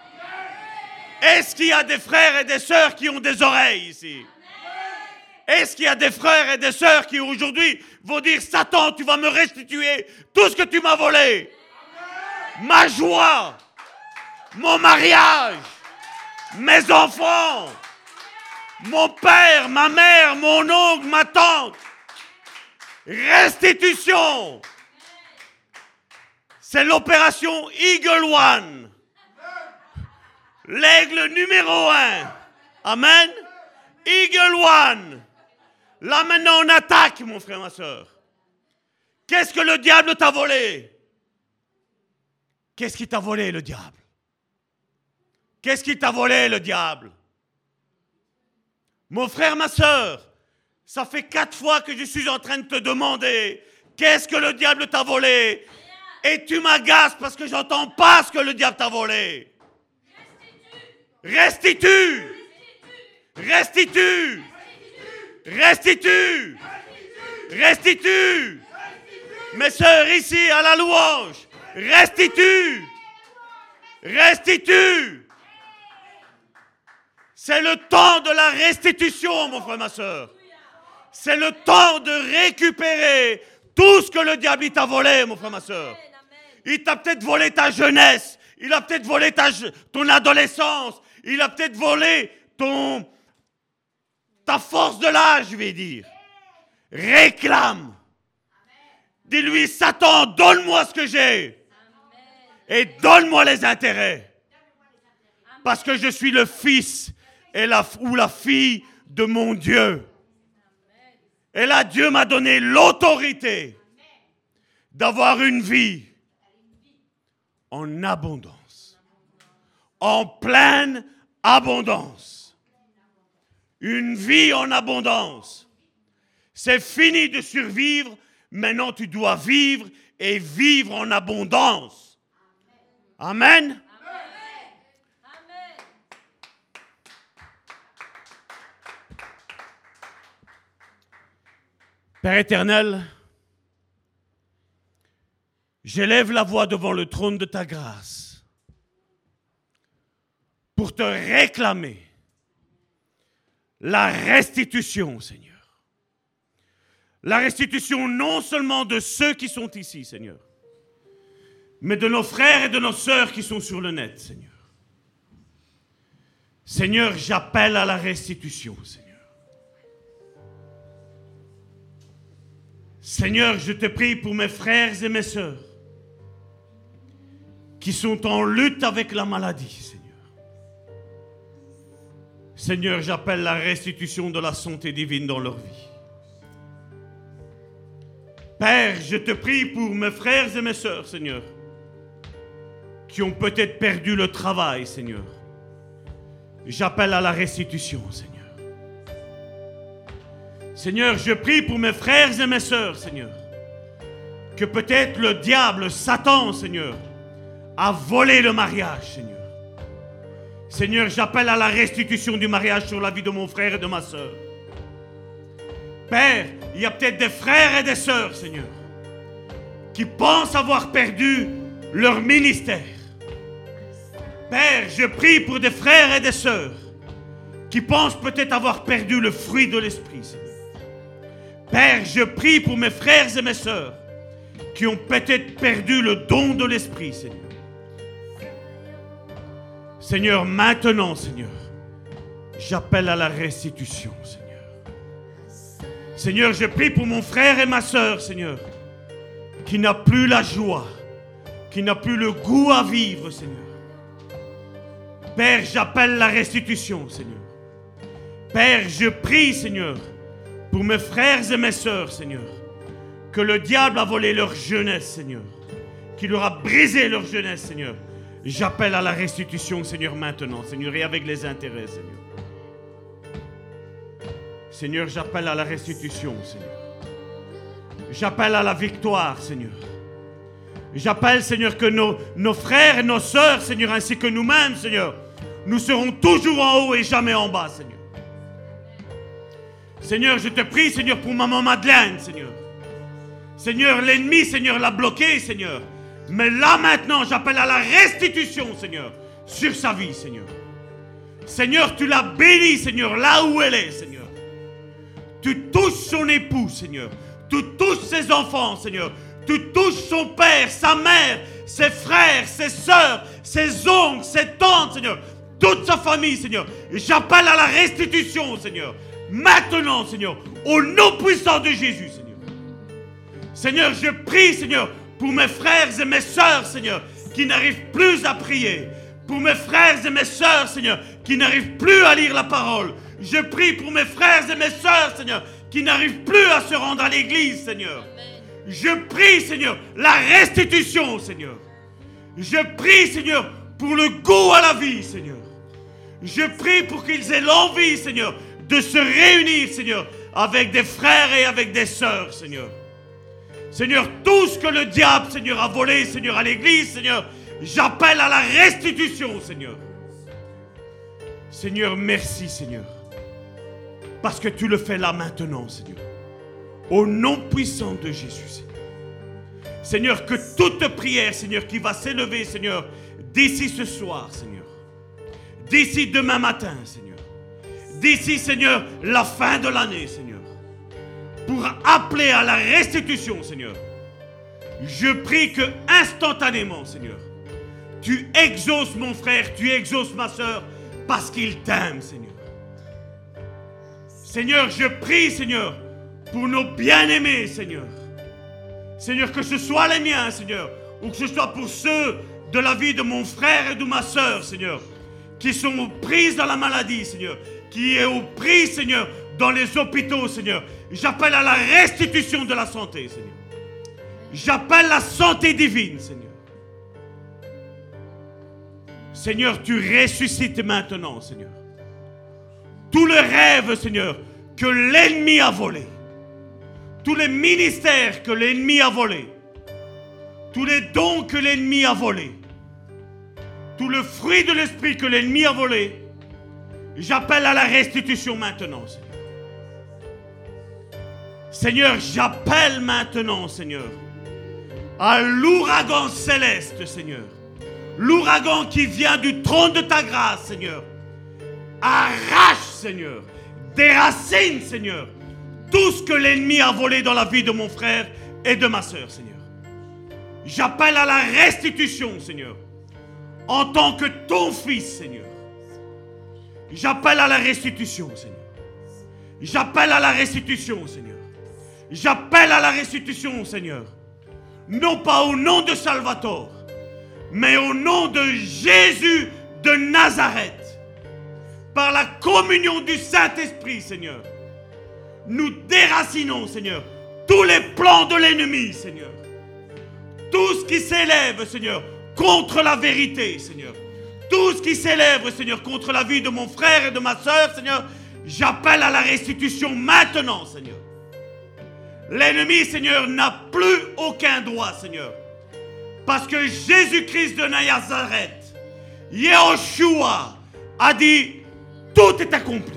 Est-ce qu'il y a des frères et des sœurs qui ont des oreilles ici? Est-ce qu'il y a des frères et des sœurs qui aujourd'hui vont dire, Satan, tu vas me restituer tout ce que tu m'as volé? Ma joie, mon mariage, mes enfants, mon père, ma mère, mon oncle, ma tante. Restitution. C'est l'opération Eagle One. L'aigle numéro un. Amen. Eagle One. Là maintenant on attaque, mon frère, ma soeur. Qu'est-ce que le diable t'a volé? Qu'est-ce qui t'a volé, le diable? Qu'est-ce qui t'a volé, le diable? Mon frère, ma soeur, ça fait quatre fois que je suis en train de te demander qu'est-ce que le diable t'a volé? Et tu m'agaces parce que j'entends pas ce que le diable t'a volé. Restitue. Restitue. Restitue. Restitue. Mes sœurs ici à la louange. Restitue. Restitue. C'est le temps de la restitution, mon frère, ma sœur. C'est le temps de récupérer tout ce que le diable t'a volé, mon frère, ma sœur. Il t'a peut-être volé ta jeunesse. Il a peut-être volé ta, ton adolescence. Il a peut-être volé ton, ta force de l'âge, je vais dire. Réclame. Dis-lui, Satan, donne-moi ce que j'ai. Et donne-moi les intérêts. Parce que je suis le fils et la, ou la fille de mon Dieu. Et là, Dieu m'a donné l'autorité d'avoir une vie en abondance. En pleine abondance. Une vie en abondance. C'est fini de survivre. Maintenant, tu dois vivre et vivre en abondance. Amen. Père éternel, j'élève la voix devant le trône de ta grâce pour te réclamer la restitution, Seigneur. La restitution non seulement de ceux qui sont ici, Seigneur, mais de nos frères et de nos sœurs qui sont sur le net, Seigneur. Seigneur, j'appelle à la restitution, Seigneur. Seigneur, je te prie pour mes frères et mes sœurs qui sont en lutte avec la maladie, Seigneur. Seigneur, j'appelle la restitution de la santé divine dans leur vie. Père, je te prie pour mes frères et mes sœurs, Seigneur, qui ont peut-être perdu le travail, Seigneur. J'appelle à la restitution, Seigneur. Seigneur, je prie pour mes frères et mes sœurs, Seigneur, que peut-être le diable, Satan, Seigneur, a volé le mariage, Seigneur. Seigneur, j'appelle à la restitution du mariage sur la vie de mon frère et de ma sœur. Père, il y a peut-être des frères et des sœurs, Seigneur, qui pensent avoir perdu leur ministère. Père, je prie pour des frères et des sœurs qui pensent peut-être avoir perdu le fruit de l'esprit, Seigneur. Père, je prie pour mes frères et mes sœurs qui ont peut-être perdu le don de l'esprit, Seigneur. Seigneur, maintenant, Seigneur, j'appelle à la restitution, Seigneur. Seigneur, je prie pour mon frère et ma sœur, Seigneur, qui n'a plus la joie, qui n'a plus le goût à vivre, Seigneur. Père, j'appelle la restitution, Seigneur. Père, je prie, Seigneur, pour mes frères et mes sœurs, Seigneur, que le diable a volé leur jeunesse, Seigneur, qu'il leur a brisé leur jeunesse, Seigneur. J'appelle à la restitution, Seigneur, maintenant, Seigneur, et avec les intérêts, Seigneur. Seigneur, j'appelle à la restitution, Seigneur. J'appelle à la victoire, Seigneur. J'appelle, Seigneur, que nos, nos frères et nos sœurs, Seigneur, ainsi que nous-mêmes, Seigneur, nous serons toujours en haut et jamais en bas, Seigneur. Seigneur, je te prie, Seigneur, pour maman Madeleine, Seigneur. Seigneur, l'ennemi, Seigneur, l'a bloqué, Seigneur. Mais là, maintenant, j'appelle à la restitution, Seigneur, sur sa vie, Seigneur. Seigneur, tu l'as bénie, Seigneur, là où elle est, Seigneur. Tu touches son époux, Seigneur. Tu touches ses enfants, Seigneur. Tu touches son père, sa mère, ses frères, ses sœurs, ses oncles, ses tantes, Seigneur. Toute sa famille, Seigneur. J'appelle à la restitution, Seigneur. Maintenant, Seigneur, au nom puissant de Jésus, Seigneur. Seigneur, je prie, Seigneur, pour mes frères et mes sœurs, Seigneur, qui n'arrivent plus à prier. Pour mes frères et mes sœurs, Seigneur, qui n'arrivent plus à lire la parole. Je prie pour mes frères et mes sœurs, Seigneur, qui n'arrivent plus à se rendre à l'église, Seigneur. Je prie, Seigneur, la restitution, Seigneur. Je prie, Seigneur, pour le goût à la vie, Seigneur. Je prie pour qu'ils aient l'envie, Seigneur, de se réunir, Seigneur, avec des frères et avec des sœurs, Seigneur. Seigneur, tout ce que le diable, Seigneur, a volé, Seigneur, à l'église, Seigneur, j'appelle à la restitution, Seigneur. Seigneur, merci, Seigneur, parce que tu le fais là maintenant, Seigneur. Au nom puissant de Jésus, Seigneur. Seigneur, que toute prière, Seigneur, qui va s'élever, Seigneur, d'ici ce soir, Seigneur, d'ici demain matin, Seigneur, d'ici, Seigneur, la fin de l'année, Seigneur, pour appeler à la restitution, Seigneur, je prie que instantanément, Seigneur, Tu exauces mon frère, tu exauces ma soeur, parce qu'il t'aime, Seigneur. Seigneur, je prie, Seigneur, pour nos bien-aimés, Seigneur. Seigneur, que ce soit les miens, Seigneur, ou que ce soit pour ceux de la vie de mon frère et de ma soeur, Seigneur, qui sont aux prises dans la maladie, Seigneur, qui est aux prises, Seigneur, dans les hôpitaux, Seigneur. J'appelle à la restitution de la santé, Seigneur. J'appelle la santé divine, Seigneur. Seigneur, tu ressuscites maintenant, Seigneur. Tous les rêves, Seigneur, que l'ennemi a volés, tous les ministères que l'ennemi a volés, tous les dons que l'ennemi a volés, tout le fruit de l'esprit que l'ennemi a volé, j'appelle à la restitution maintenant, Seigneur. Seigneur, j'appelle maintenant, Seigneur, à l'ouragan céleste, Seigneur. L'ouragan qui vient du trône de ta grâce, Seigneur. Arrache, Seigneur, déracine, Seigneur, tout ce que l'ennemi a volé dans la vie de mon frère et de ma soeur, Seigneur. J'appelle à la restitution, Seigneur, en tant que ton fils, Seigneur. J'appelle à la restitution, Seigneur. J'appelle à la restitution, Seigneur. J'appelle à la restitution, Seigneur. Non pas au nom de Salvatore, mais au nom de Jésus de Nazareth. Par la communion du Saint-Esprit, Seigneur, nous déracinons, Seigneur, tous les plans de l'ennemi, Seigneur. Tout ce qui s'élève, Seigneur, contre la vérité, Seigneur. Tout ce qui s'élève, Seigneur, contre la vie de mon frère et de ma soeur, Seigneur, j'appelle à la restitution maintenant, Seigneur. L'ennemi, Seigneur, n'a plus aucun droit, Seigneur. Parce que Jésus-Christ de Nazareth, Yeshua, a dit, tout est accompli.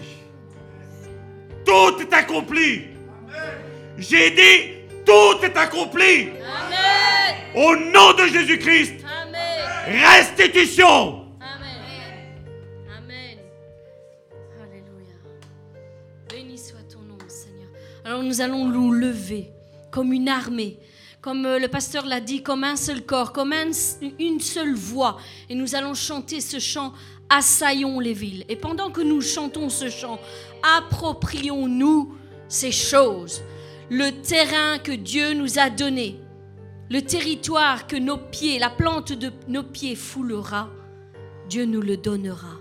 Tout est accompli. J'ai dit, tout est accompli. Amen. Au nom de Jésus-Christ. Amen. Restitution. Amen. Amen. Alléluia. Béni soit ton nom, Seigneur. Alors nous allons nous lever comme une armée, comme le pasteur l'a dit, comme un seul corps, comme un, une seule voix. Et nous allons chanter ce chant, assaillons les villes. Et pendant que nous chantons ce chant, approprions-nous ces choses. Le terrain que Dieu nous a donné, le territoire que nos pieds, la plante de nos pieds foulera, Dieu nous le donnera.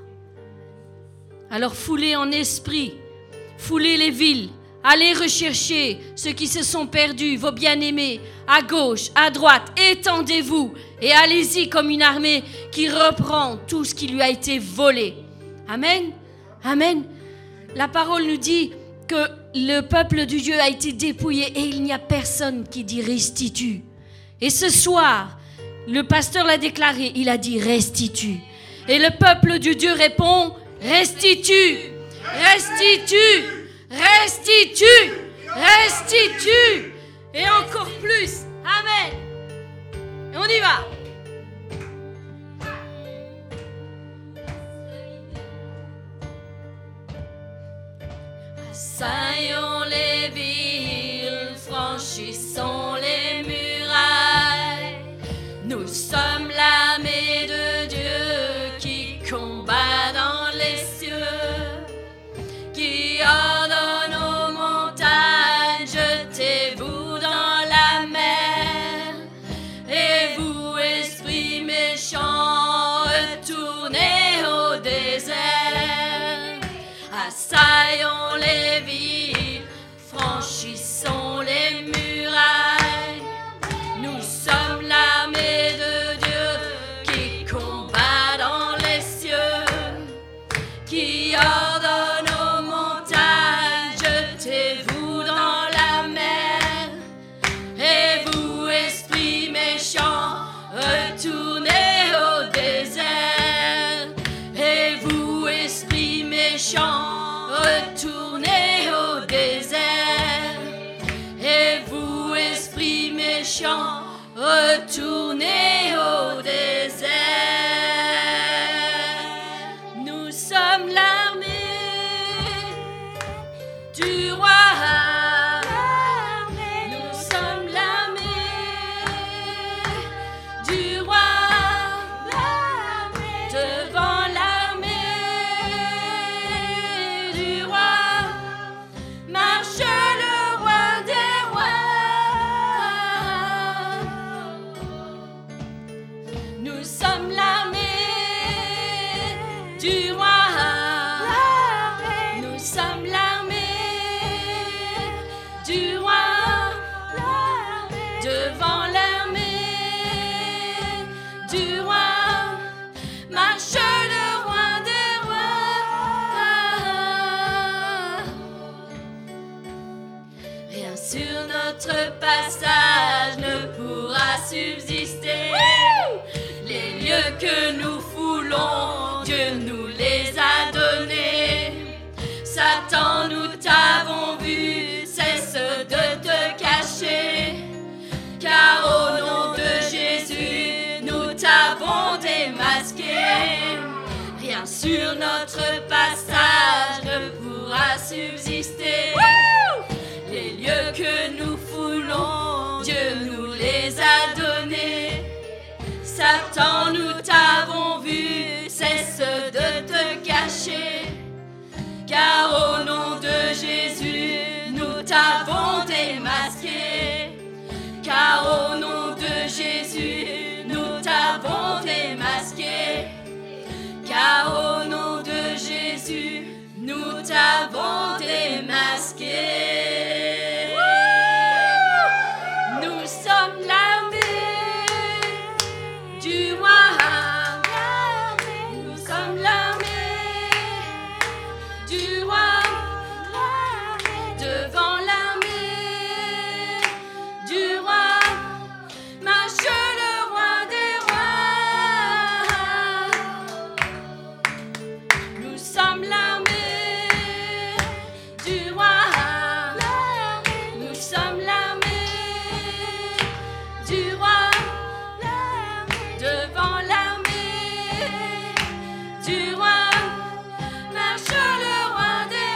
Alors foulez en esprit, foulez les villes, allez rechercher ceux qui se sont perdus, vos bien-aimés, à gauche, à droite, étendez-vous et allez-y comme une armée qui reprend tout ce qui lui a été volé. Amen. Amen. La parole nous dit que le peuple de Dieu a été dépouillé et il n'y a personne qui dit restitue. Et ce soir, le pasteur l'a déclaré, il a dit restitue. Et le peuple de Dieu répond restitue, restitue, restitue, restitue. Et encore plus. Amen. Et on y va. Assaillons les villes, franchissons les murailles. Nous sommes l'armée de Dieu qui combat dans les cieux, qui ordonne aux montagnes, jetez-vous dans la mer. Et vous, esprits méchants, retournez au désert. Assaillons les villes, franchissons les murailles. Nous sommes l'armée de Dieu qui combat dans les cieux, qui ordonne aux montagnes, jetez-vous dans la mer. Et vous, esprits méchants, retournez au désert. Et vous, esprits méchants, retournez au désert. Et vous, esprits méchants, retournez au désert. Nous sommes l'armée du roi. Nous sommes l'armée du roi. sur notre passage ne pourra subsister. Les lieux que nous foulons, Dieu nous les a donnés. Satan, nous t'avons vu, cesse de te cacher. Car au nom de Jésus, nous t'avons démasqué. Rien sur notre passage ne pourra subsister. Les lieux que nous foulons, Dieu nous les a donnés. Satan, nous t'avons vu, cesse de te cacher. Car au nom de Jésus, nous t'avons démasqué. Car au nom de Jésus, nous t'avons démasqué. Car au nom de Jésus, nous t'avons démasqué. Nous sommes l'armée du roi. Nous sommes l'armée du roi. Devant l'armée du roi, marche le roi des rois. Nous sommes l'armée du roi. Nous sommes l'armée du roi. Devant l'armée du roi, marche le roi des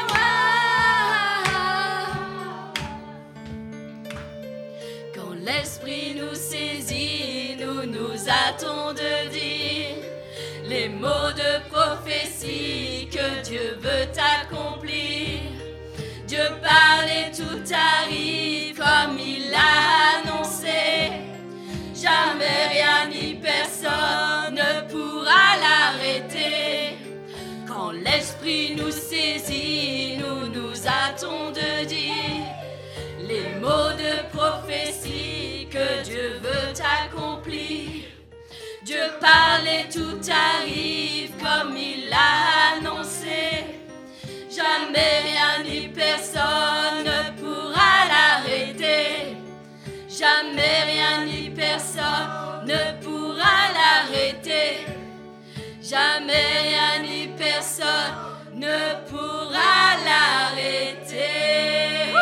rois. Quand l'esprit nous saisit, nous nous hâtons de dire les mots de prophétie que Dieu veut accomplir. Dieu parle et tout arrive comme il l'a annoncé. Jamais rien ni personne ne pourra l'arrêter. Quand l'esprit nous saisit, nous nous hâtons de dire les mots de prophétie que Dieu veut accomplir. Dieu parle et tout arrive comme il l'a annoncé. Jamais rien ni personne ne pourra l'arrêter. Jamais rien ni personne ne pourra l'arrêter. Jamais rien ni personne ne pourra l'arrêter.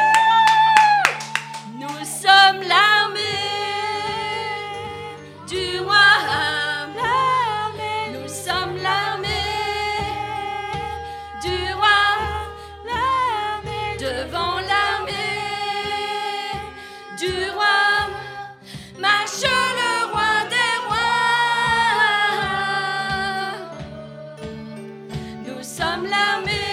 Nous sommes l'armée du roi. Nous sommes l'armée du roi. Devant l'armée du roi, marche le roi des rois. Nous sommes l'armée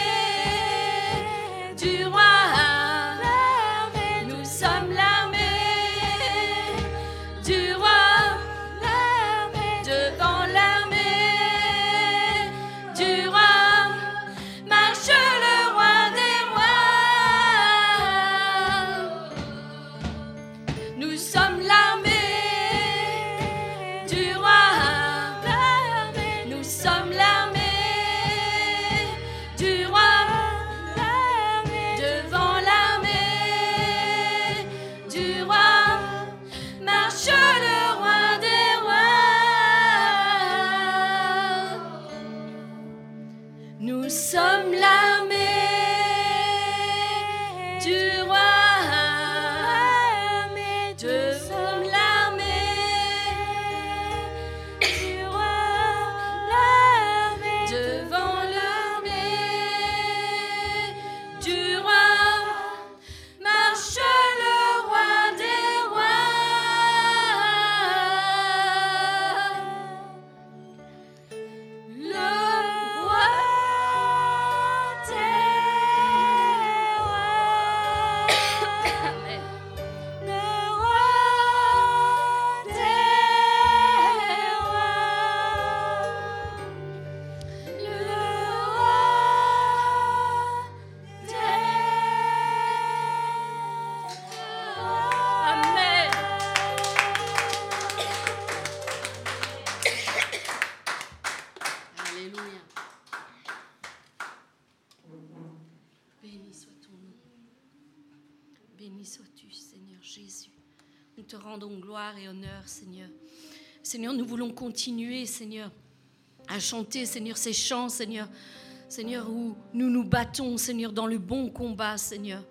Béni sois-tu, Seigneur Jésus. Nous te rendons gloire et honneur, Seigneur. Seigneur, nous voulons continuer, Seigneur, à chanter, Seigneur, ces chants, Seigneur. Seigneur, où nous nous battons, Seigneur, dans le bon combat, Seigneur.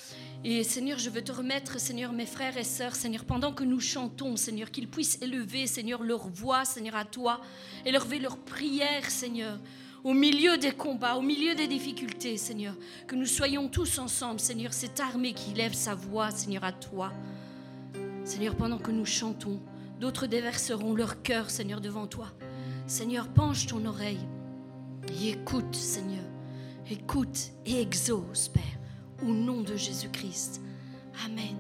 Et Seigneur, je veux te remettre, Seigneur, mes frères et sœurs, Seigneur, pendant que nous chantons, Seigneur, qu'ils puissent élever, Seigneur, leur voix, Seigneur, à toi, et élever leur prière, Seigneur, au milieu des combats, au milieu des difficultés, Seigneur, que nous soyons tous ensemble, Seigneur, cette armée qui lève sa voix, Seigneur, à toi. Seigneur, pendant que nous chantons, d'autres déverseront leur cœur, Seigneur, devant toi. Seigneur, penche ton oreille et écoute, Seigneur, écoute et exauce, Père. Au nom de Jésus-Christ. Amen.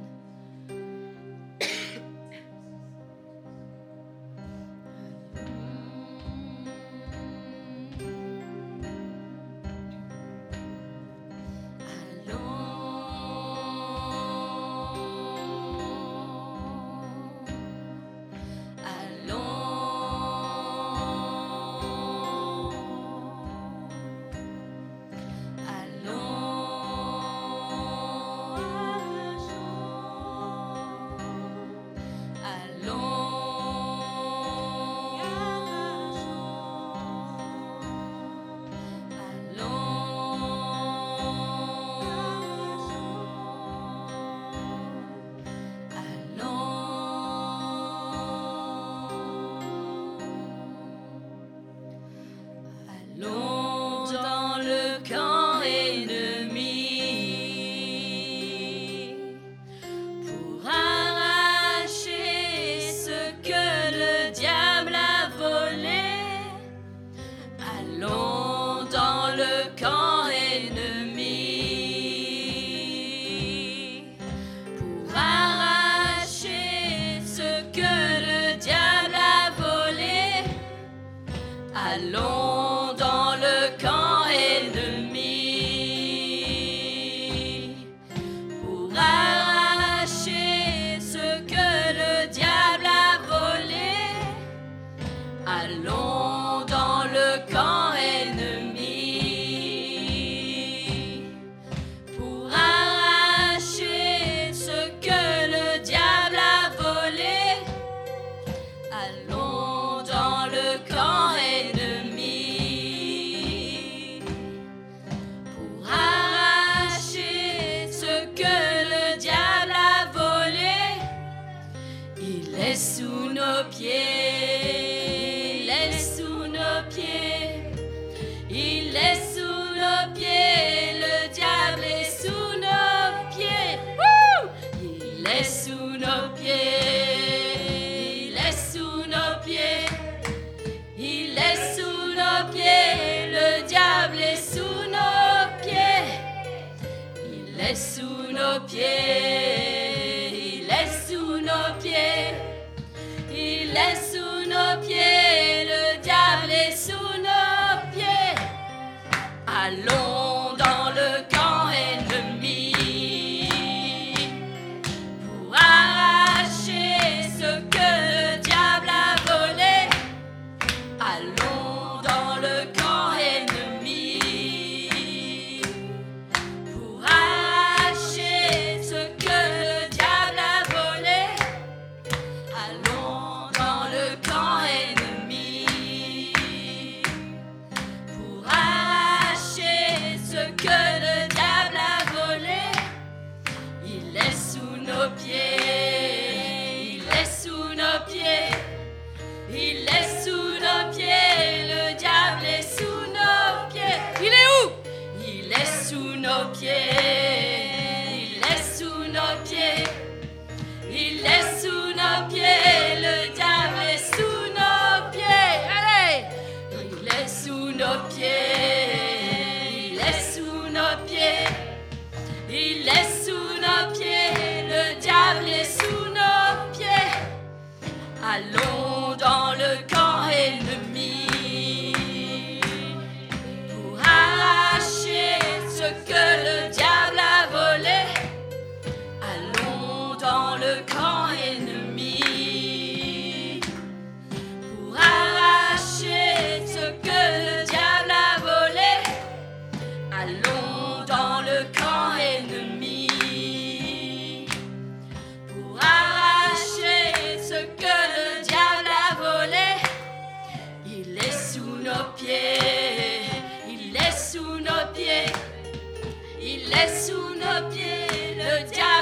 Allons dans le camp.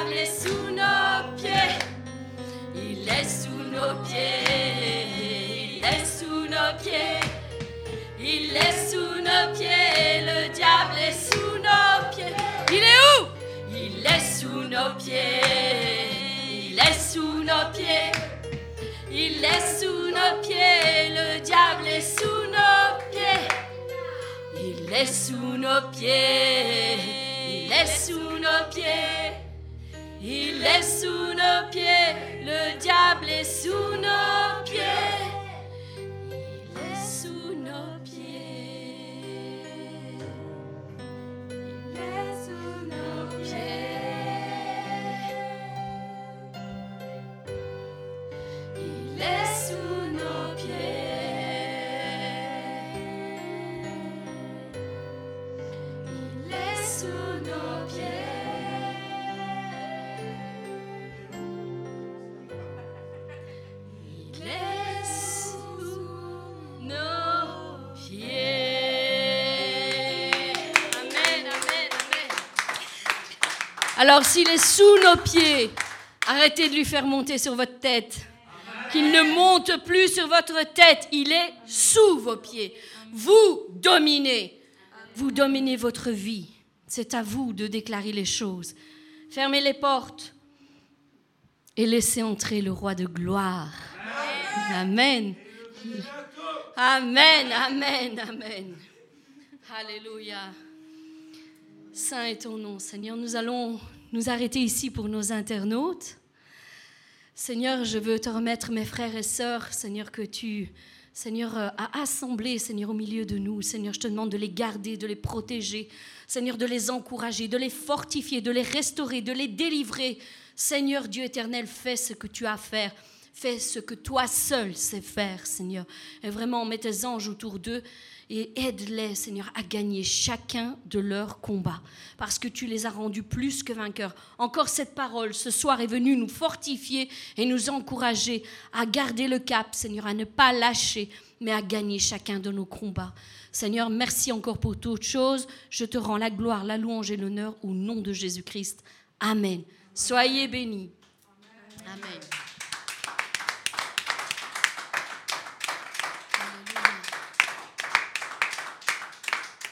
diable est sous nos pieds. Il est sous nos pieds. Il est sous nos pieds. Il est sous nos pieds. Le diable est sous nos pieds. Il est où? Il est sous nos pieds. Il est sous nos pieds. Il est sous nos pieds. Le diable est sous nos pieds. Il est sous nos pieds. Il est sous nos pieds. Il est sous nos pieds. Le diable est sous nos pieds. Il est sous nos pieds. Il est sous nos pieds. Il est sous nos pieds. Il est sous nos pieds. Il est sous nos pieds. Amen, amen, amen. Alors s'il est sous nos pieds, arrêtez de lui faire monter sur votre tête. Qu'il ne monte plus sur votre tête, il est sous vos pieds. Vous dominez. Vous dominez votre vie. C'est à vous de déclarer les choses. Fermez les portes et laissez entrer le roi de gloire. Amen. Amen, amen, amen. Alléluia. Saint est ton nom, Seigneur. Nous allons nous arrêter ici pour nos internautes. Seigneur, je veux te remettre mes frères et sœurs, Seigneur, que tu, Seigneur, as assemblés, Seigneur, au milieu de nous. Seigneur, je te demande de les garder, de les protéger, Seigneur, de les encourager, de les fortifier, de les restaurer, de les délivrer. Seigneur Dieu éternel, fais ce que tu as à faire. Fais ce que toi seul sais faire, Seigneur. Et vraiment, mets tes anges autour d'eux et aide-les, Seigneur, à gagner chacun de leurs combats. Parce que tu les as rendus plus que vainqueurs. Encore cette parole, ce soir, est venue nous fortifier et nous encourager à garder le cap, Seigneur, à ne pas lâcher, mais à gagner chacun de nos combats. Seigneur, merci encore pour toutes choses. Je te rends la gloire, la louange et l'honneur au nom de Jésus-Christ. Amen. Soyez bénis. Amen.